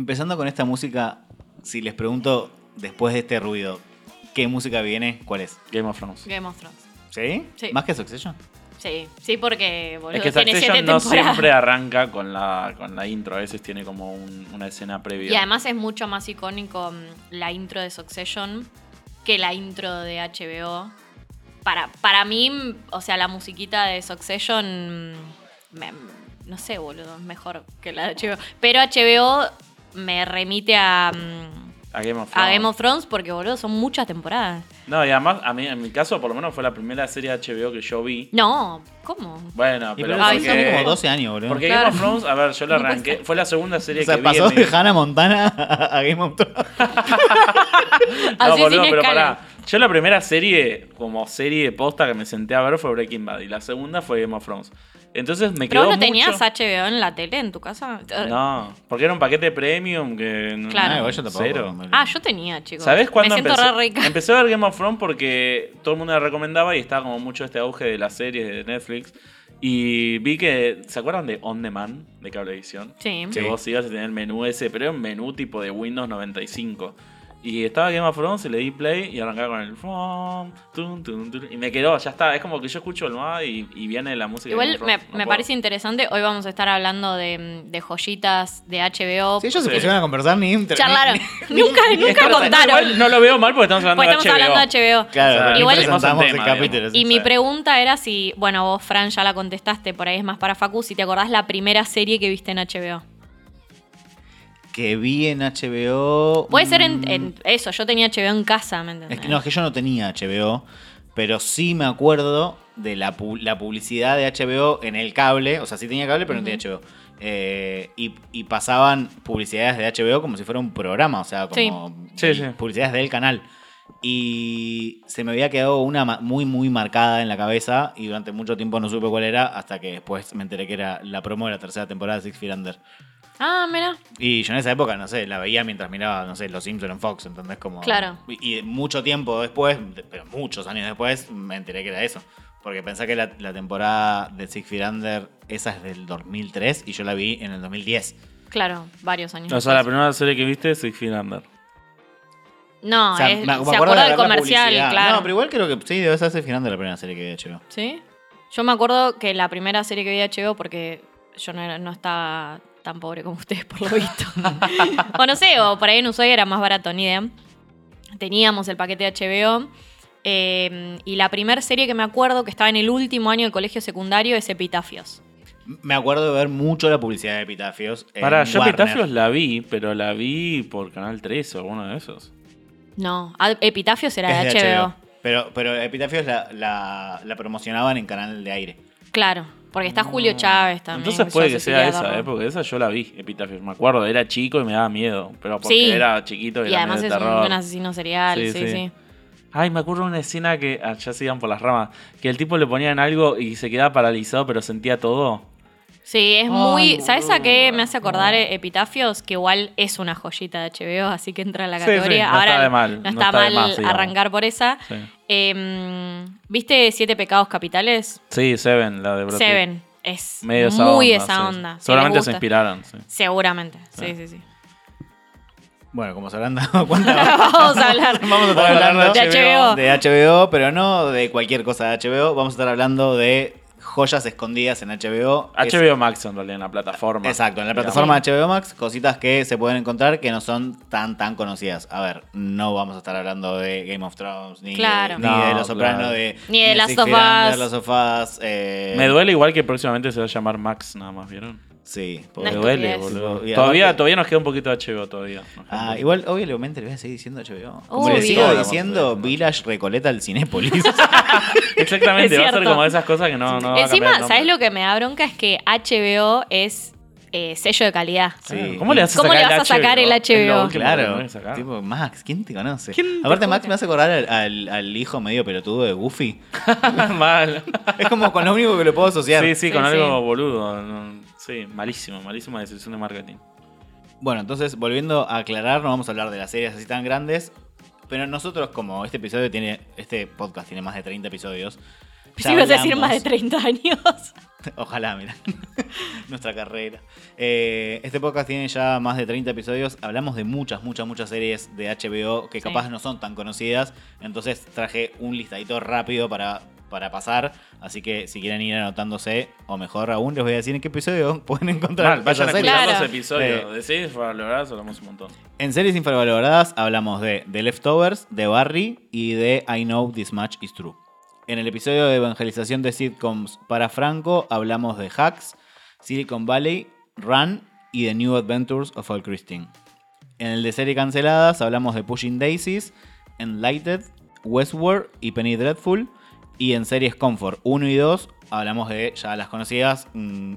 Empezando con esta música, si les pregunto después de este ruido, ¿qué música viene? ¿Cuál es? Game of Thrones. Game of Thrones. ¿Sí? Sí. ¿Más que Succession? Sí, porque boludo, Es que tiene 7 Succession no temporadas. siempre arranca con la intro. A veces tiene como una escena previa. Y además es mucho más icónico la intro de Succession que la intro de HBO. Para mí, o sea, la musiquita de Succession, no sé, boludo, es mejor que la de HBO. Pero HBO me remite a Game of Thrones. a Game of Thrones porque, boludo, son muchas temporadas. No, y además, a mí, en mi caso, por lo menos fue la primera serie de HBO que yo vi. No, ¿cómo? Bueno, Y pero pero Ay, son porque... como 12 años, boludo. Porque Claro. Game of Thrones, a ver, yo la No puede arranqué. ser. Fue la segunda serie O sea, que pasó vi. en de Hannah Montana a Game of Thrones. No, Así boludo, sin pero escala. pará. Yo la primera serie, como serie posta que me senté a ver fue Breaking Bad. Y la segunda fue Game of Thrones. Entonces me ¿Pero quedó vos no mucho... tenías HBO en la tele en tu casa? No, porque era un paquete premium que... no- Claro. Ah, igual yo tampoco. Cero. Ah, yo tenía, chicos. ¿Sabés cuándo Me siento empezó? re rica. Empecé a ver Game of Thrones porque todo el mundo la recomendaba y estaba como mucho este auge de las series de Netflix. Y vi que, ¿se acuerdan de On Demand de Cablevisión? Sí. Que vos ibas a tener el menú ese, pero era un menú tipo de Windows 95. Y estaba Game of Thrones y le di play y arrancaba con el y me quedó, ya está. Es como que yo escucho el MA y viene la música. de Igual Game of Thrones. No me puedo. parece interesante. Hoy vamos a estar hablando de joyitas de HBO. Si ellos se Sí. pusieron a conversar ni Charlaron. Nunca Igual contaron. no lo veo mal porque estamos hablando Pues de estamos HBO. hablando de HBO. Claro, O sea, pero igual- presentamos el tema, capítulo. Y sí, mi sí. pregunta era si, bueno, vos, Fran, ya la contestaste, por ahí es más para Facu, si te acordás la primera serie que viste en HBO. Que vi en HBO... Puede ser en eso, yo tenía HBO en casa, ¿me entendés? Es que, no, es que yo no tenía HBO, pero sí me acuerdo de la publicidad de HBO en el cable. O sea, sí tenía cable, pero no tenía HBO. Y pasaban publicidades de HBO como si fuera un programa, o sea, como Sí, sí. publicidades del canal. Y se me había quedado una muy, muy marcada en la cabeza y durante mucho tiempo no supe cuál era hasta que después me enteré que era la promo de la tercera temporada de Six Feet Under. Ah, mira. Y yo en esa época, no sé, la veía mientras miraba, no sé, Los Simpsons en Fox, ¿entendés? Como, Claro. Y mucho tiempo después, pero muchos años después, me enteré que era eso. Porque pensé que la temporada de Six Feet Under, esa es del 2003 y yo la vi en el 2010. Claro, varios años. O sea, la después. primera serie que viste es Six Feet Under. No, O sea, se de acuerda del ver la comercial, publicidad. claro. No, pero igual creo que sí, debe ser Six Feet Under la primera serie que vi de HBO. ¿Sí? Yo me acuerdo que la primera serie que vi de HBO, porque yo no estaba tan pobre como ustedes, por lo visto. O no sé, o por ahí en Ushuaia era más barato, ni idea. Teníamos el paquete de HBO. Y la primera serie que me acuerdo que estaba en el último año del colegio secundario es Epitafios. Me acuerdo de ver mucho la publicidad de Epitafios. en Pará, yo Warner. Epitafios la vi, pero la vi por Canal 13 o alguno de esos. No, Epitafios era Es de HBO. Pero Epitafios la promocionaban en canal de aire. Claro, porque está Julio Chávez también. Entonces puede que Cecilia sea esa, Dorro. porque esa yo la vi, Epitafios. Me acuerdo, era chico y me daba miedo. Pero porque Sí. era chiquito y, Y era además medio es de terror. un asesino serial, Sí, sí, sí. sí. Ay, me acuerdo de una escena que. Ya se iban por las ramas. Que el tipo le ponían algo y se quedaba paralizado, pero sentía todo. Sí, es muy... Ay, ¿Sabes a qué boludo, me hace acordar Epitafios? Que igual es una joyita de HBO, así que entra en la Sí, categoría. sí, no Ahora está de mal, no está de mal más, digamos. arrancar por esa. Sí, ¿Viste Siete Pecados Capitales? sí, Seven, la de Brad Pitt. Seven. Es Medio muy esa esa sí. onda. Si Seguramente les se gusta. inspiraron, sí. Seguramente, sí, sí, sí. Bueno, como se habrán dado cuenta, Vamos a hablar vamos a estar Vamos a hablar hablando de HBO. de HBO, pero no de cualquier cosa de HBO. Vamos a estar hablando de joyas escondidas en HBO. HBO Max en realidad, en la plataforma. Exacto, en la Digamos. plataforma de HBO Max, cositas que se pueden encontrar que no son tan conocidas. A ver, no vamos a estar hablando de Game of Thrones, ni, Claro. de, ni de No, Los Sopranos, claro. Ni de Last Six of Feet Under, Us. Last of Us, Me duele igual que próximamente se va a llamar Max, nada más, ¿vieron? Sí, No Me es duele, estupidez. boludo. Y Todavía aparte- nos queda un poquito de HBO todavía. Nos queda un Ah, poquito. igual, obviamente le voy a seguir diciendo HBO. Como Obvio. le sigo Sí, diciendo vamos a ver. Village Recoleta al Cinépolis. Exactamente, Es va a ser cierto. como de esas cosas que no va a cambiar el Encima, nombre. ¿sabes lo que me da bronca? Es que HBO es sello de calidad. Sí. ¿Cómo le vas a ¿Cómo sacar le vas a sacar el Es lo HBO? último que Claro, tenés que sacar. tipo Max, ¿quién te conoce? ¿Quién te Aparte Max juzga? me hace acordar al hijo medio pelotudo de Goofy. Mal. Es como con lo único que le puedo asociar. Sí, con Sí, algo sí. boludo. No, sí, malísima decisión de marketing. Bueno, entonces, volviendo a aclarar, no vamos a hablar de las series así tan grandes. Pero nosotros, como este podcast tiene más de 30 episodios. Si ibas a decir más de 30 años. Ojalá, mira. Nuestra carrera. Este podcast tiene ya más de 30 episodios. Hablamos de muchas series de HBO que capaz no son tan conocidas. Entonces traje un listadito rápido para pasar. Así que si quieren ir anotándose, o mejor aún, les voy a decir en qué episodio pueden encontrar. Vayan a esas series. escuchar Claro. los episodios. De series infravaloradas hablamos un montón. En series infravaloradas hablamos de The Leftovers, de Barry y de I Know This Much Is True. En el episodio de evangelización de sitcoms para Franco hablamos de Hacks, Silicon Valley, Run y The New Adventures of Al Christine. En el de series canceladas hablamos de Pushing Daisies, Enlightened, Westworld y Penny Dreadful. Y en series Comfort 1 y 2 hablamos de ya las conocidas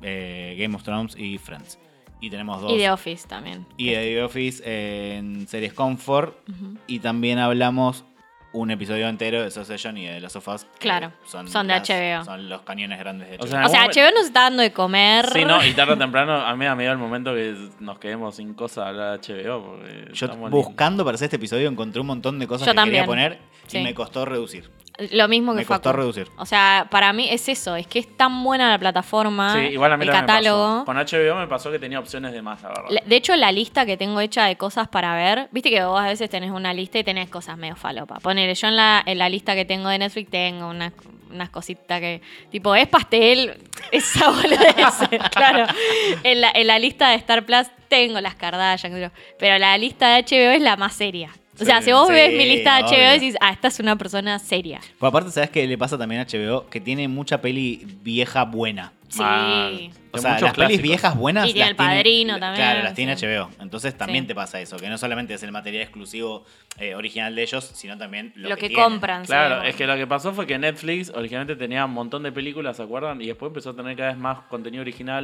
Game of Thrones y Friends. Y tenemos dos. Y The Office también. Y de The Office en series Comfort. Y también hablamos un episodio entero de Succession y de Last of Us. Claro, son de HBO. Son los cañones grandes de HBO. O sea, O sea, HBO nos está dando de comer. Sí, no, y tarde o temprano a mí me da miedo el momento que nos quedemos sin cosas a hablar de HBO. Porque yo estamos buscando para hacer este episodio encontré un montón de cosas Yo que quería también. poner Sí. y me costó reducir. Lo mismo que Me costó Facu. reducir. O sea, para mí es eso, es que es tan buena la plataforma, Sí, igual a mí el también me catálogo. pasó. Con HBO me pasó que tenía opciones de más, la verdad. De hecho, la lista que tengo hecha de cosas para ver, viste que vos a veces tenés una lista y tenés cosas medio falopa. Ponele, yo en la lista que tengo de Netflix tengo unas cositas que, tipo, es pastel, esa boludez, claro. En la lista de Star Plus tengo las Kardashian, pero la lista de HBO es la más seria. O sea, si vos Sí, ves mi lista de HBO obvio. decís, esta es una persona seria. Pues aparte, ¿sabes qué le pasa también a HBO? Que tiene mucha peli vieja buena. Sí. Mal. O De sea, muchos las pelis clásicos. viejas buenas. Y tiene las El Padrino tiene- también, Claro, las tiene sí. HBO. Entonces también Sí. te pasa eso, que no solamente es el material exclusivo original de ellos, sino también lo que tienen. compran. Claro, sí. es que lo que pasó fue que Netflix originalmente tenía un montón de películas, ¿se acuerdan? Y después empezó a tener cada vez más contenido original,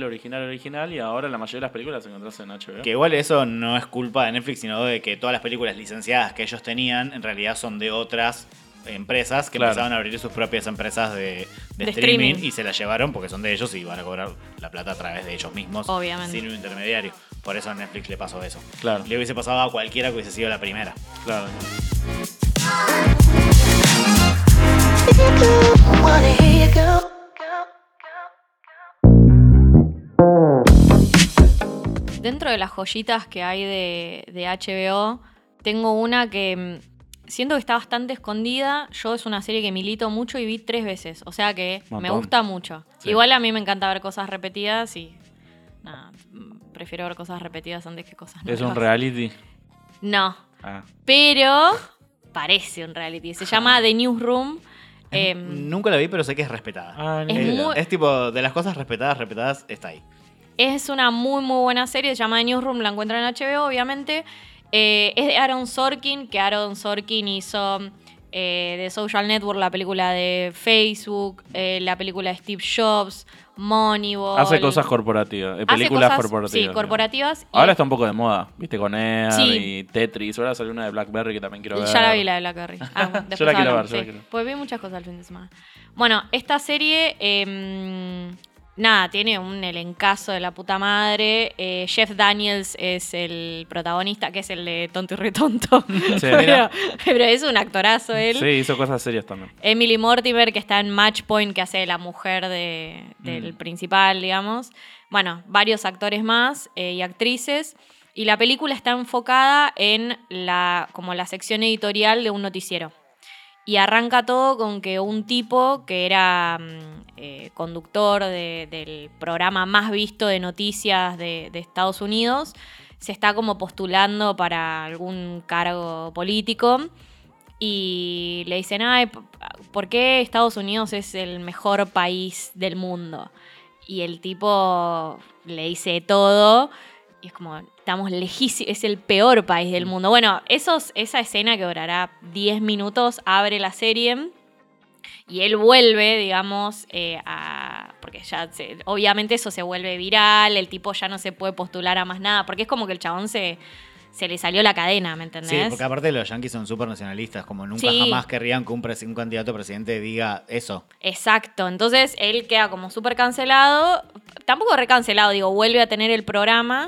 y ahora la mayoría de las películas se encuentran en HBO. Que igual eso no es culpa de Netflix, sino de que todas las películas licenciadas que ellos tenían en realidad son de otras empresas que Claro. empezaron a abrir sus propias empresas de De streaming, streaming. y se las llevaron porque son de ellos y van a cobrar la plata a través de ellos mismos. Obviamente. Sin un intermediario. Por eso a Netflix le pasó eso. Claro, Le hubiese pasado a cualquiera que hubiese sido la primera. claro. Wanna hear you go. Dentro de las joyitas que hay de HBO, tengo una que siento que está bastante escondida. Yo es una serie que milito mucho y vi 3 veces. O sea que me Montón. gusta mucho. Sí. Igual a mí me encanta ver cosas repetidas y nada, prefiero ver cosas repetidas antes que cosas nuevas. Es un reality. No, Ah. pero parece un reality. Se llama The Newsroom. Nunca la vi, pero sé que es respetada. Ah, ni Es idea. muy- Es tipo, de las cosas respetadas, está ahí. Es una muy buena serie, se llama The Newsroom, la encuentran en HBO, obviamente. Es de Aaron Sorkin, que Aaron Sorkin hizo de Social Network, la película de Facebook, la película de Steve Jobs, Moneyball. Hace cosas corporativas, Hace películas cosas, corporativas. Sí, digamos. corporativas. Ahora está un poco de moda, viste, con Air Sí. y Tetris. Ahora salió una de Blackberry que también quiero ver. Ya la vi, la de Blackberry. Después Yo la quiero hablamos, ver, yo la sí. quiero ver. Pues vi muchas cosas el fin de semana. Bueno, esta serie, nada, tiene un elencazo de la puta madre. Jeff Daniels es el protagonista, que es el de Tonto y Retonto. Sí, pero es un actorazo él. Sí, hizo cosas serias también. Emily Mortimer, que está en Match Point, que hace de la mujer del principal, digamos. Bueno, varios actores más y actrices. Y la película está enfocada en como la sección editorial de un noticiero. Y arranca todo con que un tipo que era conductor del programa más visto de noticias de Estados Unidos se está como postulando para algún cargo político y le dicen, ay, ¿por qué Estados Unidos es el mejor país del mundo? Y el tipo le dice todo y es como, estamos lejísimos, es el peor país del mundo. Bueno, esa escena que durará 10 minutos abre la serie y él vuelve, digamos, porque ya obviamente eso se vuelve viral, el tipo ya no se puede postular a más nada, porque es como que el chabón se le salió la cadena, ¿me entendés? Sí, porque aparte los yankees son súper nacionalistas, como nunca Sí. jamás querrían que un candidato a presidente diga eso. Exacto, entonces él queda como súper cancelado, tampoco recancelado, digo, vuelve a tener el programa,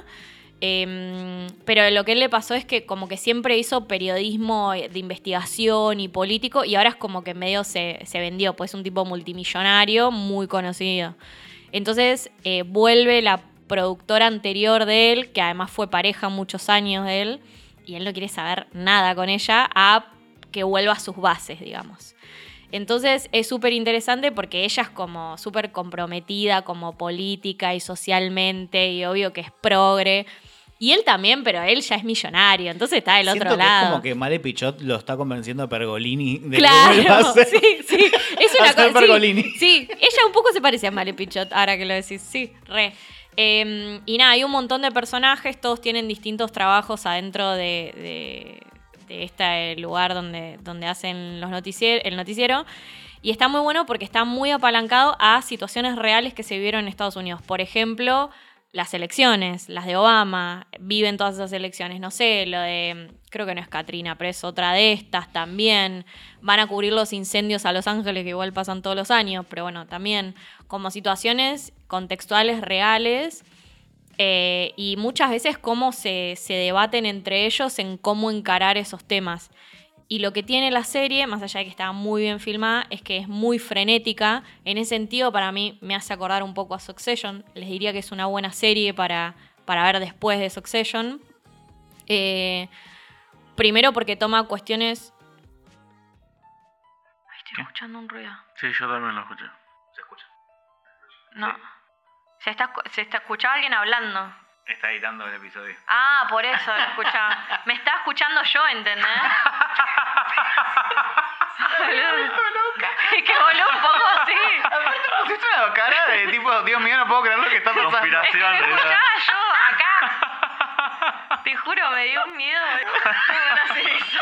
pero lo que él le pasó es que como que siempre hizo periodismo de investigación y político y ahora es como que medio se vendió, pues es un tipo multimillonario muy conocido. Entonces vuelve la productora anterior de él, que además fue pareja muchos años de él, y él no quiere saber nada con ella, a que vuelva a sus bases, digamos. Entonces es súper interesante porque ella es como súper comprometida como política y socialmente, y obvio que es progre. Y él también, pero él ya es millonario, entonces está del Siento otro que lado. es como que Male Pichot lo está convenciendo a Pergolini de que Claro, vuelva a hacer- sí. Es una a ser cosa. Pergolini. Sí, ella un poco se parece a Male Pichot, ahora que lo decís. Sí, re. Y nada, hay un montón de personajes, todos tienen distintos trabajos adentro de este lugar donde hacen el noticiero. Y está muy bueno porque está muy apalancado a situaciones reales que se vivieron en Estados Unidos. Por ejemplo, las elecciones, las de Obama, viven todas esas elecciones. No sé, lo de, creo que no es Katrina, pero es otra de estas también. Van a cubrir los incendios a Los Ángeles, que igual pasan todos los años, pero bueno, también como situaciones contextuales reales. Y muchas veces cómo se debaten entre ellos en cómo encarar esos temas. Y lo que tiene la serie, más allá de que está muy bien filmada, es que es muy frenética. En ese sentido, para mí, me hace acordar un poco a Succession. Les diría que es una buena serie para ver después de Succession. Primero porque toma cuestiones... Ay, estoy escuchando un ruido. Sí, yo también lo escuché. Se escucha. No. Se está escuchaba alguien hablando. Está editando el episodio. Ah, por eso lo escuchaba. Me estaba escuchando yo, ¿entendés? Es que voló un poco así. Pusiste una cara de tipo, Dios mío, no puedo creer lo que está pasando. Es que me escuchaba yo acá. Te juro, me dio un miedo. ¿Cómo van a hacer eso?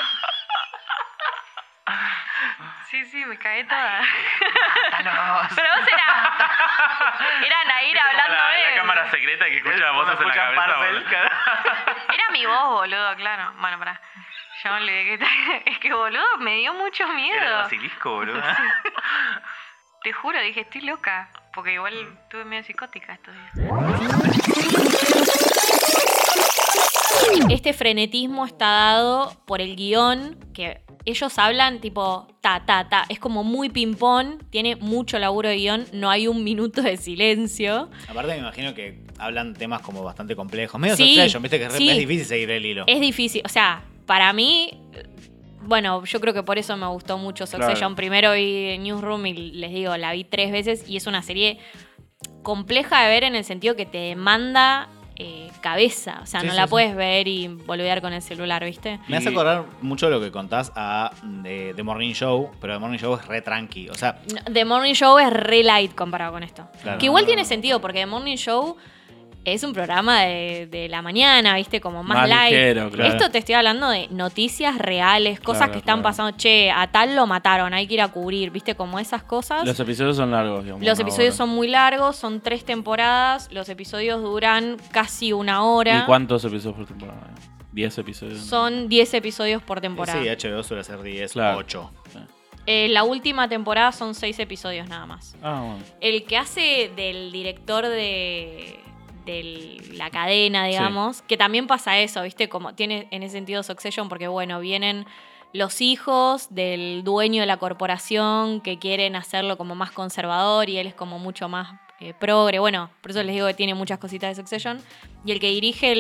Sí, me cagué toda. Pero vos era Nair hablando La cámara secreta que escucha voces en la cabeza. Era mi voz, boludo, claro. Bueno, pará. Ya me olvidé que... Es que, boludo, me dio mucho miedo. basilisco, boludo. Te juro, dije, estoy loca. Porque igual estuve medio psicótica estos días. Este frenetismo está dado por el guión, que ellos hablan tipo ta. Es como muy ping-pong, tiene mucho laburo de guión, no hay un minuto de silencio. Aparte me imagino que hablan temas como bastante complejos. Medio Sí, Succession, viste que sí. es difícil seguir el hilo. Es difícil, o sea, para mí... Bueno, yo creo que por eso me gustó mucho Succession. Claro. Primero vi Newsroom y les digo, la vi 3 veces y es una serie compleja de ver en el sentido que te demanda cabeza. O sea, Sí, no sí, la sí. puedes ver y boludear con el celular, ¿viste? Me hace acordar mucho lo que contás a The Morning Show, pero The Morning Show es re tranqui. O sea, The Morning Show es re light comparado con esto. Claro. Que igual tiene sentido porque The Morning Show es un programa de la mañana, ¿viste? Como más light. ligero, claro. Esto te estoy hablando de noticias reales, cosas Claro, que están claro. pasando. Che, a tal lo mataron, hay que ir a cubrir, ¿viste? Como esas cosas. Los episodios son largos, digamos. Los episodios son muy largos, son 3 temporadas. Los episodios duran casi 1 hora. ¿Y cuántos episodios por temporada? 10 episodios. Son 10 episodios por temporada. sí, HBO suele ser 10, Claro. 8. La última temporada son 6 episodios nada más. Ah, bueno. El que hace del director de la cadena, digamos, que también pasa eso, ¿viste? Como tiene en ese sentido Succession, porque bueno, vienen los hijos del dueño de la corporación que quieren hacerlo como más conservador y él es como mucho más progre. Bueno, por eso les digo que tiene muchas cositas de Succession. Y el que dirige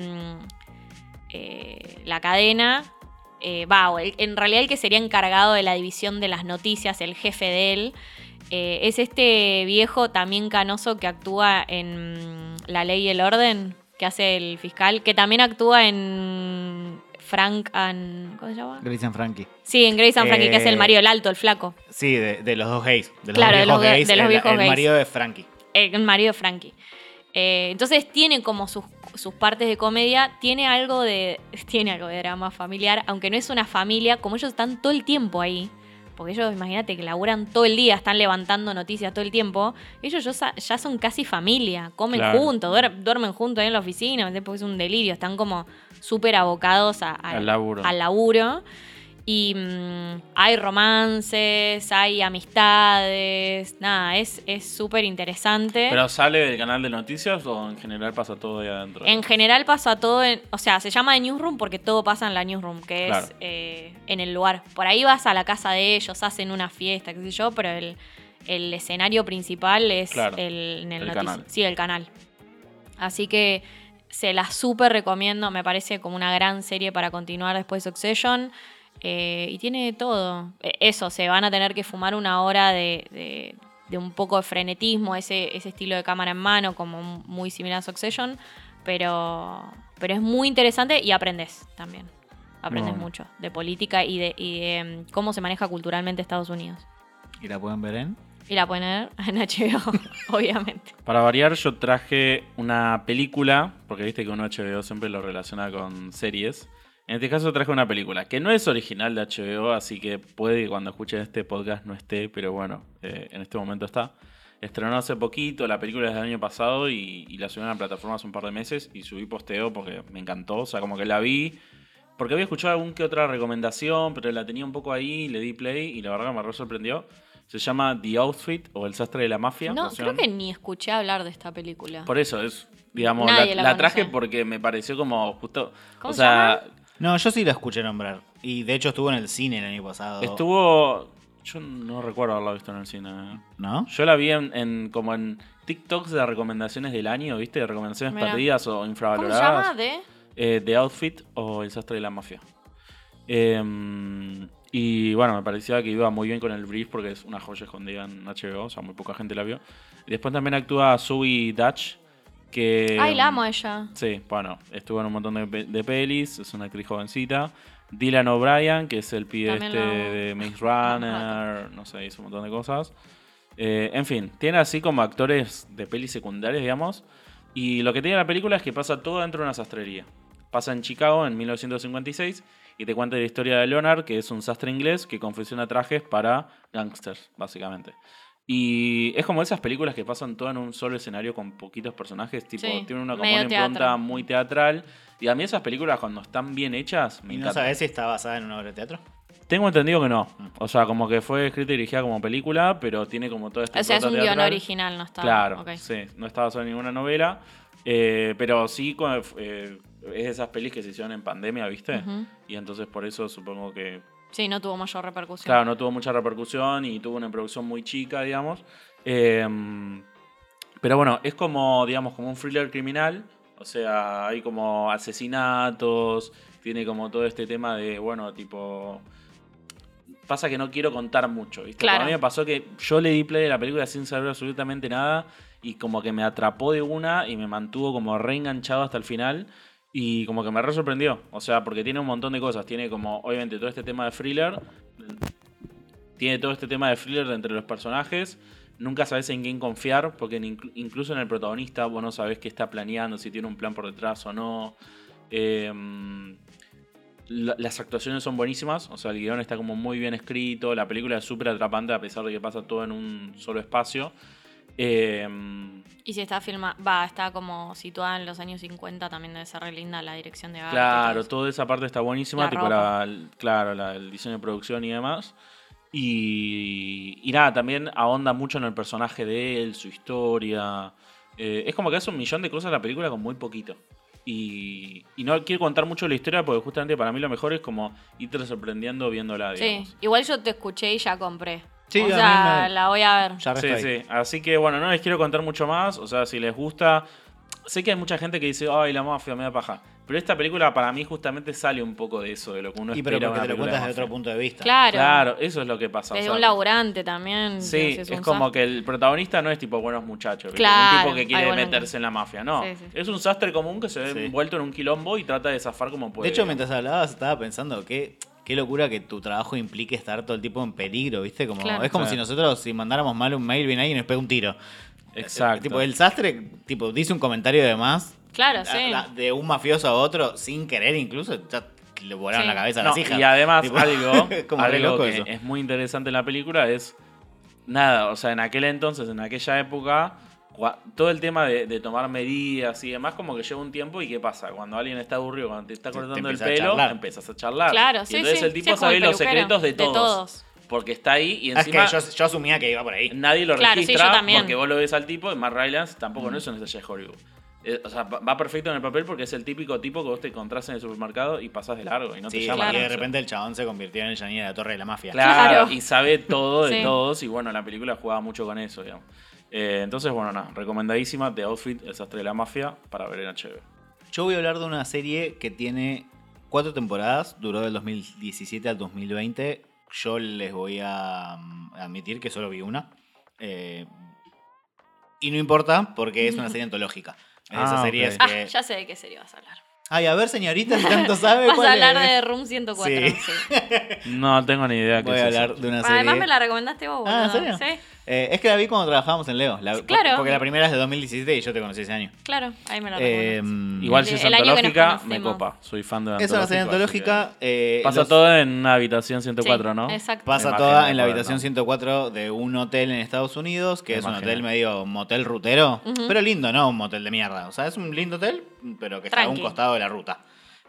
la cadena, en realidad el que sería encargado de la división de las noticias, el jefe de él, es este viejo también canoso que actúa en La Ley y el Orden, que hace el fiscal, que también actúa en Frank and... ¿Cómo se llama? Grace and Frankie. Sí, en Grace and Frankie, que es el marido, el alto, el flaco. Sí, de los dos gays. De los Claro, dos viejos de los gays. viejos el gays. marido de Frankie. El marido de Frankie. Entonces tiene como sus partes de comedia, tiene algo de drama familiar, aunque no es una familia, como ellos están todo el tiempo ahí. Porque ellos, imagínate que laburan todo el día, están levantando noticias todo el tiempo. Ellos ya son casi familia, comen Claro. juntos, duermen juntos ahí en la oficina, ¿me entendés? Porque es un delirio, están como súper abocados Al laburo. al laburo. Y hay romances, hay amistades, nada, es súper interesante. ¿Pero sale del canal de noticias o en general pasa todo ahí adentro? En general pasa todo o sea, se llama The Newsroom porque todo pasa en la Newsroom, que Claro. es en el lugar. Por ahí vas a la casa de ellos, hacen una fiesta, qué sé yo, pero el escenario principal es Claro, el el canal. Sí, el canal. Así que se la súper recomiendo. Me parece como una gran serie para continuar después de Succession. Y tiene todo. Eso, se van a tener que fumar una hora de un poco de frenetismo, ese estilo de cámara en mano, como muy similar a Succession. Pero es muy interesante y aprendes también. Aprendes Bueno. mucho de política y de cómo se maneja culturalmente Estados Unidos. ¿Y la pueden ver en? Y la pueden ver en HBO, obviamente. Para variar, yo traje una película, porque viste que uno HBO siempre lo relaciona con series. En este caso traje una película que no es original de HBO, así que puede que cuando escuchen este podcast no esté, pero bueno, en este momento está. Estrenó hace poquito, la película es del año pasado y la subí a la plataforma hace un par de meses y subí posteo porque me encantó, o sea, como que la vi, porque había escuchado algún que otra recomendación, pero la tenía un poco ahí, le di play y la verdad que me re sorprendió. Se llama The Outfit o El Sastre de la Mafia. No, versión. creo que ni escuché hablar de esta película. Por eso, es, digamos, Nadie la la traje conoce. porque me pareció como justo. ¿Cómo o se sea, No, yo sí la escuché nombrar. Y de hecho estuvo en el cine el año pasado. estuvo. Yo no recuerdo haberla visto en el cine. ¿No? Yo la vi como en TikToks de recomendaciones del año, ¿viste? De recomendaciones Mira. perdidas o ¿Cómo se infravaloradas. llama? The Outfit o El Sastre de la Mafia. Y bueno, me parecía que iba muy bien con el brief porque es una joya escondida en HBO, o sea, muy poca gente la vio. Y después también actúa Zoe Dutch, que... Ay, la amo a ella. Sí, bueno, estuvo en un montón de pelis, es una actriz jovencita. Dylan O'Brien, que es el pibe También este lo amo. de Maze Runner, no sé, hizo un montón de cosas. En fin, tiene así como actores de pelis secundarias, digamos. Y lo que tiene la película es que pasa todo dentro de una sastrería. Pasa en Chicago en 1956 y te cuenta la historia de Leonard, que es un sastre inglés que confecciona trajes para gangsters, básicamente. Y es como esas películas que pasan todo en un solo escenario con poquitos personajes, tipo, Sí, tienen como medio una impronta teatro. muy teatral. Y a mí esas películas cuando están bien hechas, me ¿Y no encantan. sabes si está basada en una obra de teatro? Tengo entendido que no. O sea, como que fue escrita y dirigida como película, pero tiene como toda esta O sea, es un impronta guión teatral. original, no está. Claro, Ok. sí, no está basado en ninguna novela. Pero sí es de esas pelis que se hicieron en pandemia, ¿viste? Ujú. Y entonces por eso supongo que, Sí, no tuvo mayor repercusión. claro, no tuvo mucha repercusión y tuvo una producción muy chica, digamos. Pero bueno, es como, digamos, como un thriller criminal. O sea, hay como asesinatos, tiene como todo este tema de, bueno, tipo... Pasa que no quiero contar mucho, ¿viste? Claro. A mí me pasó que yo le di play a la película sin saber absolutamente nada y como que me atrapó de una y me mantuvo como reenganchado hasta el final y como que me re sorprendió. O sea, porque tiene un montón de cosas. Tiene como, obviamente, todo este tema de thriller. Tiene todo este tema de thriller de entre los personajes. Nunca sabes en quién confiar, porque incluso en el protagonista vos no sabés qué está planeando, si tiene un plan por detrás o no. Las actuaciones son buenísimas, o sea, el guión está como muy bien escrito, la película es súper atrapante a pesar de que pasa todo en un solo espacio. Y si está está como situada en los años 50, también debe ser re linda la dirección de arte. y Claro, todo eso. toda esa parte está buenísima, La tipo ropa. el diseño de producción y demás. Y nada, también ahonda mucho en el personaje de él, su historia. Es como que hace un millón de cosas la película con muy poquito. Y no quiero contar mucho la historia porque justamente para mí lo mejor es como irte sorprendiendo viéndola, digamos. Sí, igual yo te escuché y ya compré. Sí, o a mí sea, me- la voy a ver. Ya Sí, resto ahí. sí. Así que bueno, no les quiero contar mucho más. O sea, si les gusta. Sé que hay mucha gente que dice, ay, la mafia me da paja. Pero esta película para mí justamente sale un poco de eso, de lo que uno Y espera. pero de porque una te lo película cuentas de desde otro mafia. punto de vista. Claro. Claro, eso es lo que pasa. o Desde sea, un laburante también. Sí, si es un como sastre. que el protagonista no es tipo buenos muchachos, ¿viste? Claro, Un tipo que quiere ay, bueno, meterse en la mafia, no. Sí, sí. Es un sastre común que se ve Sí. envuelto en un quilombo y trata de zafar como puede. De hecho, mientras hablabas, estaba pensando que qué locura que tu trabajo implique estar todo el tiempo en peligro, ¿viste? Como, Claro. es como Sí. si nosotros, si mandáramos mal un mail, viene alguien y nos pega un tiro. Exacto. Tipo, el sastre, tipo, dice un comentario de más Claro, sí. de un mafioso a otro, sin querer incluso, ya le volaron Sí. la cabeza a No, las hijas. y además Tipo, algo, como re algo loco que eso. es muy interesante en la película es nada, o sea, en aquel entonces, en aquella época, todo el tema de tomar medidas y demás, como que lleva un tiempo y ¿qué pasa? Cuando alguien está aburrido, cuando te está Te cortando el empieza a pelo, charlar. empiezas a charlar. Claro, y sí, entonces sí. el Sí, tipo es como sabe el los peluquero, secretos de de todos. todos. Porque está ahí y Ah, es encima que yo asumía que iba por ahí. nadie lo Claro, sí, registra yo también. porque vos lo ves al tipo y Mark Rylance tampoco no es una estrella de Hollywood. O sea, va perfecto en el papel porque es el típico tipo que vos te encontrás en el supermercado y pasás de largo y no te Sí, llama la y de atención. repente el chabón se convirtió en el Janine de la Torre de la Mafia. Claro, Claro. y sabe todo de Sí. todos. Y bueno, la película jugaba mucho con eso, digamos. Entonces, bueno, nada, recomendadísima The Outfit, el sastre de la mafia, para ver en HBO. Yo voy a hablar de una serie que tiene 4 temporadas, duró del 2017 al 2020. Yo les voy a admitir que solo vi una. Y no importa, porque es una serie antológica. Es de esas Ah, series ok. que... Ya sé de qué serie vas a hablar. Ay, a ver, señorita, si tanto sabe Vas cuál a hablar es. de Room 104. Sí. Sí. No tengo ni idea qué Voy es a eso. hablar de una serie... Además me la recomendaste vos, Ah, ¿en boludo. serio? Sí, Es que la vi cuando trabajábamos en Leo. Claro. Porque la primera es de 2017 y yo te conocí ese año. claro, ahí me la recomendaste. Igual si es El año que nos antológica, me conocimos. copa. Soy fan de Es una serie antológica. Pasa los- todo en una habitación 104, Sí, ¿no? exacto. Pasa Me toda imagino en la poder, habitación ¿no? 104 de un hotel en Estados Unidos, que Me es un imagino. hotel medio motel rutero, Ujú. pero lindo, no un motel de mierda. O sea, es un lindo hotel, pero que está a un Tranqui. costado de la ruta.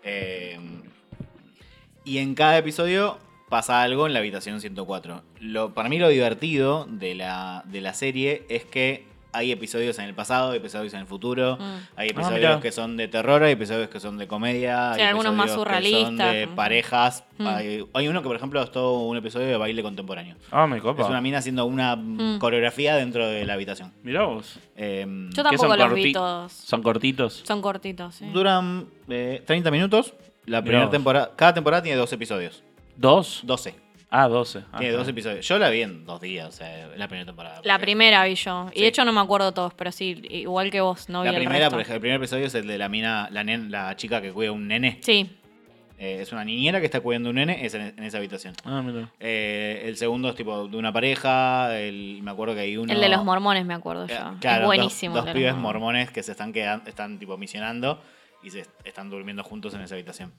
Y en cada episodio pasa algo en la habitación 104. Para mí lo divertido de la serie es que hay episodios en el pasado, episodios en el futuro, hay episodios mirá. que son de terror, hay episodios que son de comedia, Sí, hay algunos más episodios que son surrealistas. de Ujú. parejas. Mm. Hay uno que, por ejemplo, es todo un episodio de baile contemporáneo. Ah, me copa. Es una mina haciendo una coreografía dentro de la habitación. Mirá vos. Yo Em, ¿Qué tampoco son los vi corti- todos. ¿Son cortitos? Son cortitos, sí. Duran 30 minutos. La Mirá primera vos. temporada, cada temporada tiene 2 episodios. ¿2? 12. Ah, 12. Ah, Tiene está 2 bien. episodios. Yo la vi en 2 días, o sea, la primera temporada. La porque- primera vi yo. Y Sí. de hecho no me acuerdo todos, pero sí, igual que vos, no vi La el primera, resto. por ejemplo, el primer episodio es el de la mina, la chica que cuida a un nene. Sí, Es una niñera que está cuidando a un nene, es en esa habitación. Ah, mira. El segundo es tipo de una pareja. Me acuerdo que hay uno. el de los mormones me acuerdo yo. Claro, es buenísimo. Dos el de los pibes mormones que se están tipo misionando y se están durmiendo juntos en esa habitación.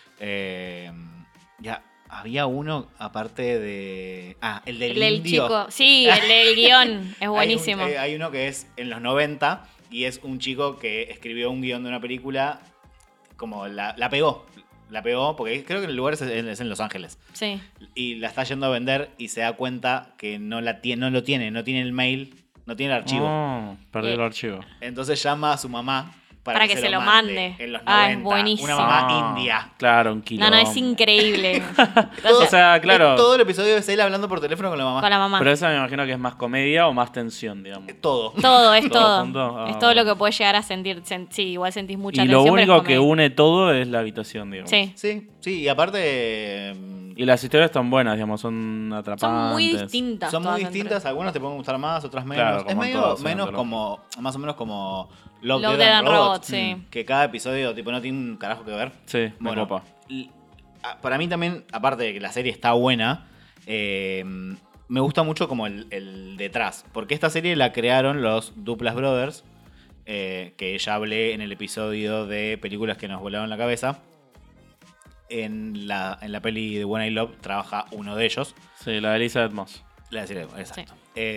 Ya, había uno aparte de. Ah, el del El del indio. chico. Sí, el del guión. Es Hay buenísimo. hay uno que es en los 90 y es un chico que escribió un guión de una película, como la pegó. La pegó porque creo que el lugar es en Los Ángeles. Sí. Y la está yendo a vender y se da cuenta que no tiene el mail, no tiene el archivo. Oh, perdí el archivo. Entonces llama a su mamá Para que se lo mande. En los 90. Ah, es buenísimo. Una mamá Ah, india. Claro, un No, kilo. no, es increíble. O sea, claro. Todo el episodio es él hablando por teléfono con la mamá. Con la mamá. Pero esa me imagino que es más comedia o más tensión, digamos. Todo. Todo, es Todo todo. junto. Ah, Es todo lo bueno. que puedes llegar a sentir. Sí, igual sentís mucha Y lo tensión, pero es único que comedia. une todo es la habitación, digamos. Sí. Sí, y aparte Y las historias están buenas, digamos, son atrapantes. Son muy distintas. son muy todas entre- distintas, algunas te pueden gustar más, otras menos. Claro, Es como en medio todas, menos sí, como, más o menos como Love, Love, Death and Robots, Robots, sí. que cada episodio tipo no tiene un carajo que ver. Sí, me Bueno, copa. para mí también, aparte de que la serie está buena, me gusta mucho como el detrás. Porque esta serie la crearon los Duplas Brothers, que ya hablé en el episodio de películas que nos volaron la cabeza. En la peli de When I Love trabaja uno de ellos. Sí, la de Elizabeth Moss. La de Cyril, exacto.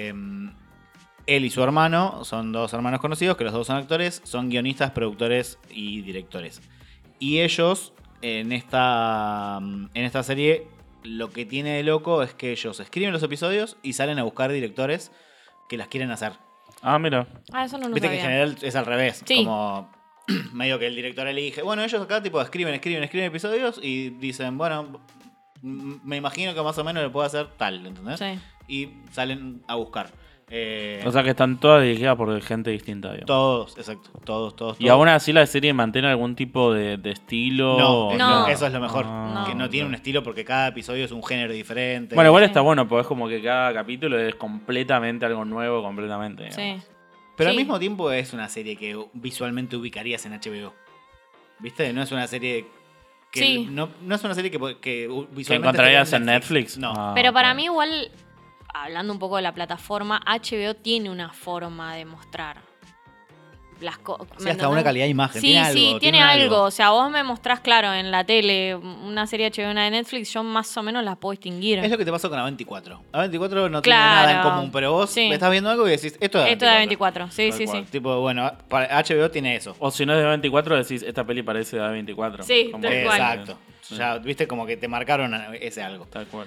Él y su hermano son dos hermanos conocidos, que los dos son actores, son guionistas, productores y directores. Y ellos, en esta serie, lo que tiene de loco es que ellos escriben los episodios y salen a buscar directores que las quieren hacer. Ah, mira. Ah, eso no lo Viste que en sabía. general es al revés. Sí. Como medio que el director elige. Bueno, ellos acá tipo escriben episodios y dicen, bueno, me imagino que más o menos le puedo hacer tal, ¿entendés? Sí. Y salen a buscar. O sea que están todas dirigidas por gente distinta, digamos. Todos, exacto. Todos. Y aún así la serie mantiene algún tipo de estilo. No, No. eso es lo mejor. Ah, que no tiene un estilo porque cada episodio es un género diferente. Bueno, igual Sí. está bueno, porque es como que cada capítulo es completamente algo nuevo, completamente. digamos. Sí. Pero Sí. al mismo tiempo es una serie que visualmente ubicarías en HBO. ¿Viste? No es una serie que. Sí. No es una serie que ¿Que visualmente. encontrarías estaría en Netflix? No. Ah, Pero para ok. mí igual, hablando un poco de la plataforma, HBO tiene una forma de mostrar las cosas. Sí, hasta una calidad de imagen. Sí, tiene algo, sí, tiene algo. O sea, vos me mostrás, claro, en la tele una serie HBO y una de Netflix, yo más o menos las puedo distinguir. Es lo que te pasó con A24. A24 no tiene Claro. nada en común, pero vos Sí. estás viendo algo y decís, esto es Esto de 24, sí, Tal sí, cual. sí. Tipo, bueno, para HBO tiene eso. O si no es de 24, decís, esta peli parece de 24. Sí, Como tal que- cual. Exacto. Sí. Ya, viste, como que te marcaron ese algo. Tal cual.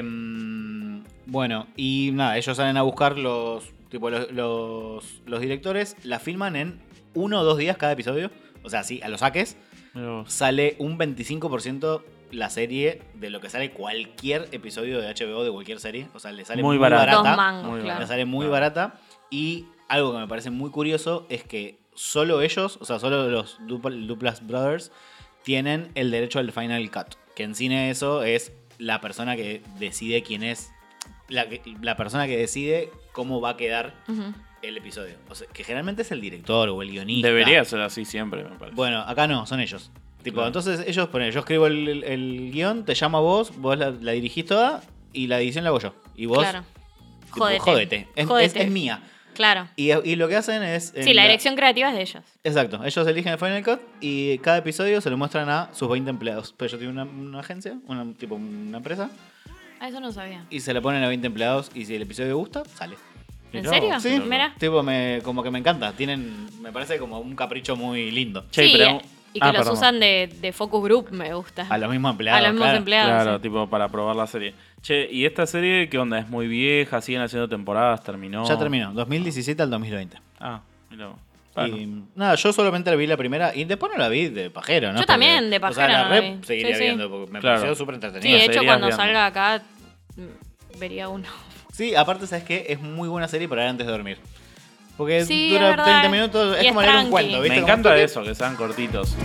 Bueno, y nada, ellos salen a buscar los directores, la filman en 1 o 2 días cada episodio. O sea, sí, a los saques, Mirá vos. sale un 25% la serie de lo que sale cualquier episodio de HBO de cualquier serie. O sea, le sale Muy muy barato. Dos barata. mangos, Muy claro. Le sale muy Claro. barata. Y algo que me parece muy curioso es que solo ellos, o sea, solo los Duplas Brothers, tienen el derecho al Final Cut. Que en cine eso es la persona que decide quién es. La persona que decide cómo va a quedar Ujú. el episodio. O sea, que generalmente es el director o el guionista. Debería ser así siempre, me parece. Bueno, acá no, son ellos. Tipo, Claro. entonces ellos ponen, yo escribo el guión, te llamo a vos la dirigís toda y la edición la hago yo. Y vos, Claro. tipo, Jódete. Es, Jódete. es mía. Claro. Y lo que hacen es... Sí, la dirección creativa es de ellos. Exacto, ellos eligen el Final Cut y cada episodio se lo muestran a sus 20 empleados. Pero ellos tienen una agencia, tipo una empresa, Ah, eso no sabía. y se la ponen a 20 empleados y si el episodio gusta, sale. ¿En Mirá serio? vos, Sí, Mira. tipo, como que me encanta. Me parece como un capricho muy lindo. Che, Sí, pero- y que los perdón. usan de focus group me gusta. A los mismos empleados. A los mismos claro. empleados. Claro, sí. tipo para probar la serie. Che, ¿y esta serie qué onda? ¿Es muy vieja? ¿Siguen haciendo temporadas? ¿Terminó? Ya terminó, 2017 al 2020. Ah, mira vos. Bueno, Y nada, yo solamente la vi la primera y después no la vi de pajero, ¿no? Yo también, de O sea, pajero la no la rep vi. seguiría Sí, sí. viendo porque me Claro. pareció súper Sí, entretenida. de hecho, seguirías cuando viendo. salga acá, vería uno. Sí, aparte, ¿sabes qué? Es muy buena serie para ver antes de dormir. Porque Sí, dura es verdad. 30 minutos, Y es es como leer un tranqui. cuento, ¿viste? me Como encanta tú- eso, que sean cortitos.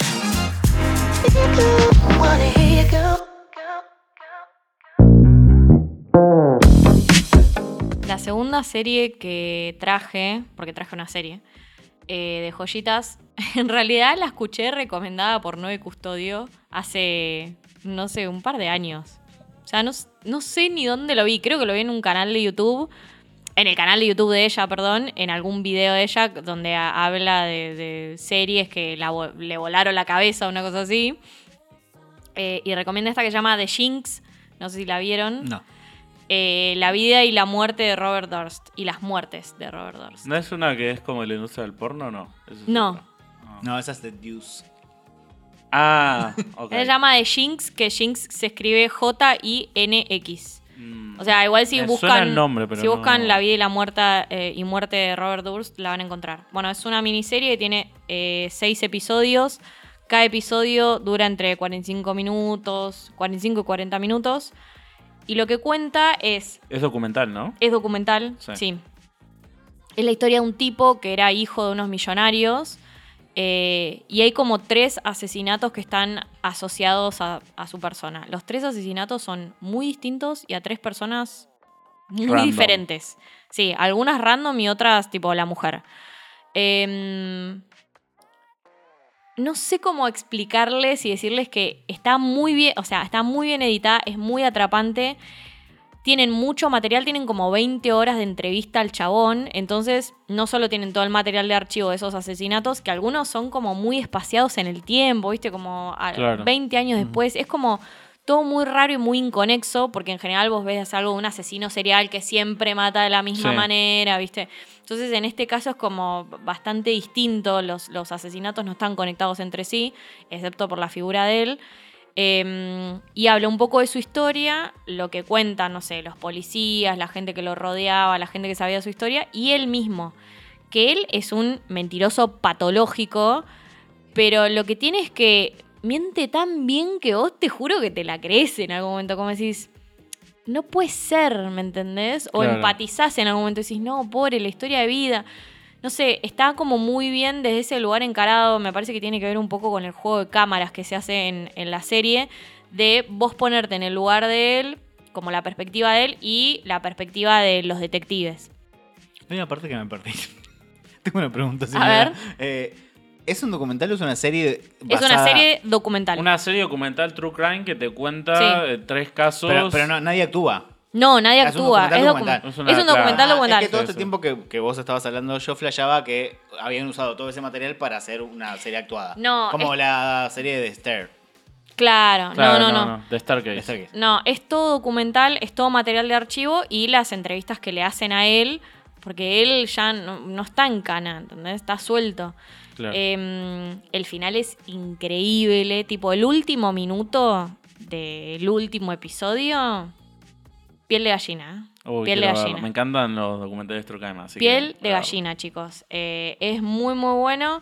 Wanna hear you go. La segunda serie que traje, porque traje una serie, de joyitas, en realidad la escuché recomendada por Noé Custodio hace, no sé, un par de años. O sea, no sé ni dónde lo vi. Creo que lo vi en un canal de YouTube. En el canal de YouTube de ella, perdón. En algún video de ella donde habla de series que le volaron la cabeza, una cosa así. Y recomienda esta que se llama The Jinx. No sé si la vieron. No. La vida y la muerte de Robert Durst. Y las muertes de Robert Durst. ¿No es una que es como la industria del porno o no? Eso es No. otra. Ah. No, esa es The Deuce. Ah, ok. Se llama The Jinx, que Jinx se escribe Jinx. Mm. O sea, igual si Me buscan, suena el nombre, pero si buscan no. la vida y la muerte de Robert Durst, la van a encontrar. Bueno, es una miniserie que tiene 6 episodios. Cada episodio dura entre 45 minutos, 45 y 40 minutos. Y lo que cuenta es documental, ¿no? Es documental, Sí. sí. Es la historia de un tipo que era hijo de unos millonarios. Y hay como 3 asesinatos que están asociados a su persona. Los 3 asesinatos son muy distintos y a 3 personas muy Random. diferentes. Sí, algunas random y otras tipo la mujer. No sé cómo explicarles y decirles que está muy bien, o sea, está muy bien editada, es muy atrapante. Tienen mucho material, tienen como 20 horas de entrevista al chabón. Entonces, no solo tienen todo el material de archivo de esos asesinatos, que algunos son como muy espaciados en el tiempo, ¿viste? Como Claro. 20 años después. Es como todo muy raro y muy inconexo, porque en general vos ves algo de un asesino serial que siempre mata de la misma Sí. manera, ¿viste? Entonces, en este caso es como bastante distinto. Los asesinatos no están conectados entre sí, excepto por la figura de él. Y habla un poco de su historia, lo que cuentan, no sé, los policías, la gente que lo rodeaba, la gente que sabía su historia, y él mismo. Que él es un mentiroso patológico, pero lo que tiene es que miente tan bien que vos te juro que te la crees en algún momento, como decís, no puede ser, ¿me entendés? O Claro. empatizás en algún momento y decís, no, pobre, la historia de vida. No sé, está como muy bien desde ese lugar encarado. Me parece que tiene que ver un poco con el juego de cámaras que se hace en la serie, de vos ponerte en el lugar de él, como la perspectiva de él y la perspectiva de los detectives. Hay una parte que me perdí. Tengo una pregunta. A señora. ¿Es un documental o es una serie Es una serie documental. Una serie documental True Crime que te cuenta Sí. 3 casos. Pero nadie actúa. No, nadie Es un actúa. documental Es, documental. es Es un una- documental claro. documental. Es que todo Sí, este sí. tiempo que vos estabas hablando, yo flasheaba que habían usado todo ese material para hacer una serie actuada. No, Como la serie de Stair. Claro, Claro, no. De Stargate. de Staircase. No, es todo documental, es todo material de archivo y las entrevistas que le hacen a él, porque él ya no está en cana, ¿entendés? Está suelto. Claro. El final es increíble, tipo el último minuto del último episodio, piel de gallina. Uy, Piel de quiero verlo. gallina. Me encantan los documentales True Crime, así Piel que, de gallina, chicos. Es muy, muy bueno.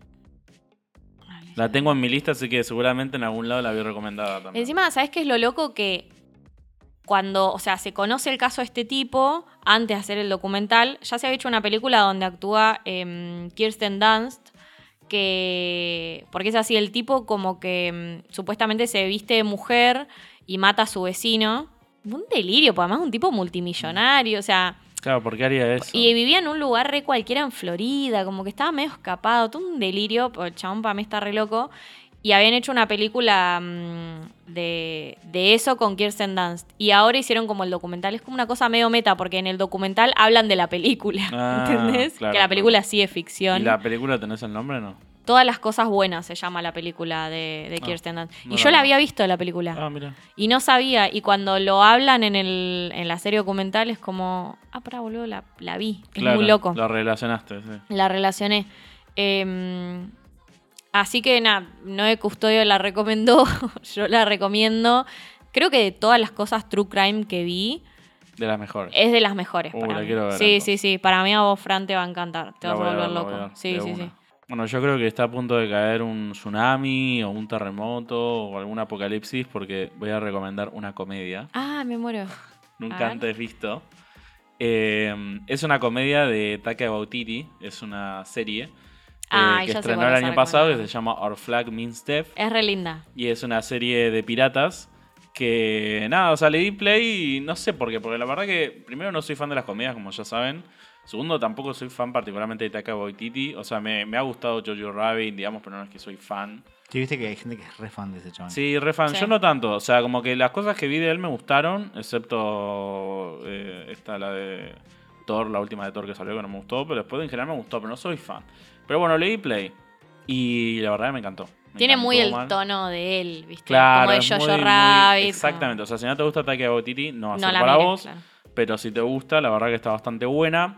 La tengo en mi lista, así que seguramente en algún lado la vi recomendada también. Encima, ¿sabes qué es lo loco? Que cuando, o sea, se conoce el caso de este tipo, antes de hacer el documental, ya se había hecho una película donde actúa Kirsten Dunst, porque es así, el tipo como que supuestamente se viste de mujer y mata a su vecino. Un delirio, pues además es un tipo multimillonario, o sea, Claro, ¿por qué haría eso? y vivía en un lugar re cualquiera en Florida, como que estaba medio escapado, todo un delirio, porque el chabón para mí está re loco. Y habían hecho una película de eso con Kirsten Dunst. Y ahora hicieron como el documental. Es como una cosa medio meta, porque en el documental hablan de la película. Ah, ¿Entendés? claro, que la película claro. sí es ficción. ¿Y la película tenés el nombre o no? Todas las cosas buenas se llama la película de Kirsten Dunst. no Y la yo la vi. había visto la película. Ah, mira. Y no sabía. Y cuando lo hablan en la serie documental es como... Ah, pará, boludo, la vi. Es Claro, muy loco. Lo relacionaste, sí. La relacioné. Así que nada, Noé Custodio la recomendó. Yo la recomiendo. Creo que de todas las cosas True Crime que vi, De las mejores. es de las mejores. La Para mí. quiero ver, Sí, entonces. sí. Para mí a vos, Fran, te va a encantar. Te La vas a voy volver ver, la voy a loco. ver, Sí, de sí, una. sí. Bueno, yo creo que está a punto de caer un tsunami o un terremoto o algún apocalipsis porque voy a recomendar una comedia. Ah, me muero. A Nunca ver. antes visto. Es una comedia de Taika Waititi. Es una serie Ay, que ya sé estrenó cuál el vas a año pasado que recomendar. se llama Our Flag Means Death. Es re linda. Y es una serie de piratas que, nada, o sea, le di play y no sé por qué. Porque la verdad que, primero, no soy fan de las comedias, como ya saben. Segundo, tampoco soy fan particularmente de Taika Waititi. O sea, me ha gustado Jojo Rabbit, digamos, pero no es que soy fan. Sí, viste que hay gente que es re fan de ese chabón. Sí, re fan. Sí. Yo no tanto. O sea, como que las cosas que vi de él me gustaron, excepto la de Thor, la última de Thor que salió, que no me gustó. Pero después en general me gustó, pero no soy fan. Pero bueno, le di play. Y la verdad me encantó. Me Tiene encantó, muy el man. tono de él, ¿viste? Claro, Como de es Jojo muy, Rabbit. exactamente. O sea, si no te gusta Taika Waititi, no va a No ser la para mires, vos. claro. Pero si te gusta, la verdad que está bastante buena.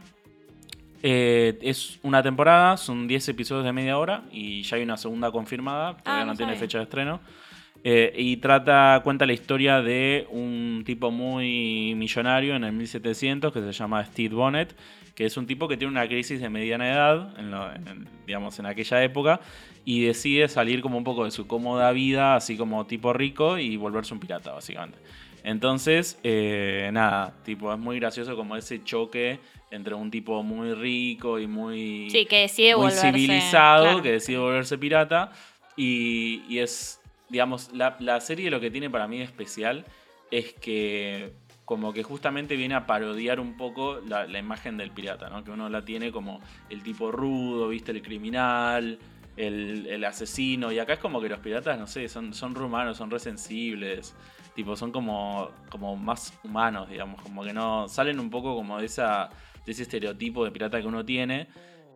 Es una temporada, son 10 episodios de media hora y ya hay una segunda confirmada, todavía no no tiene sabía. fecha de estreno. Y cuenta la historia de un tipo muy millonario en el 1700 que se llama Steve Bonnet, que es un tipo que tiene una crisis de mediana edad, digamos, en aquella época, y decide salir como un poco de su cómoda vida, así como tipo rico, y volverse un pirata, básicamente. Entonces, nada, tipo, es muy gracioso como ese choque entre un tipo muy rico y muy, Sí, que decide muy volverse... civilizado, claro. que decide volverse pirata. Y es, digamos, la serie lo que tiene para mí de especial es que como que justamente viene a parodiar un poco la imagen del pirata, ¿no? Que uno la tiene como el tipo rudo, ¿viste? El criminal, el asesino. Y acá es como que los piratas, no sé, son re humanos, son re sensibles. Tipo, son como más humanos, digamos. Como que no salen un poco como de ese estereotipo de pirata que uno tiene.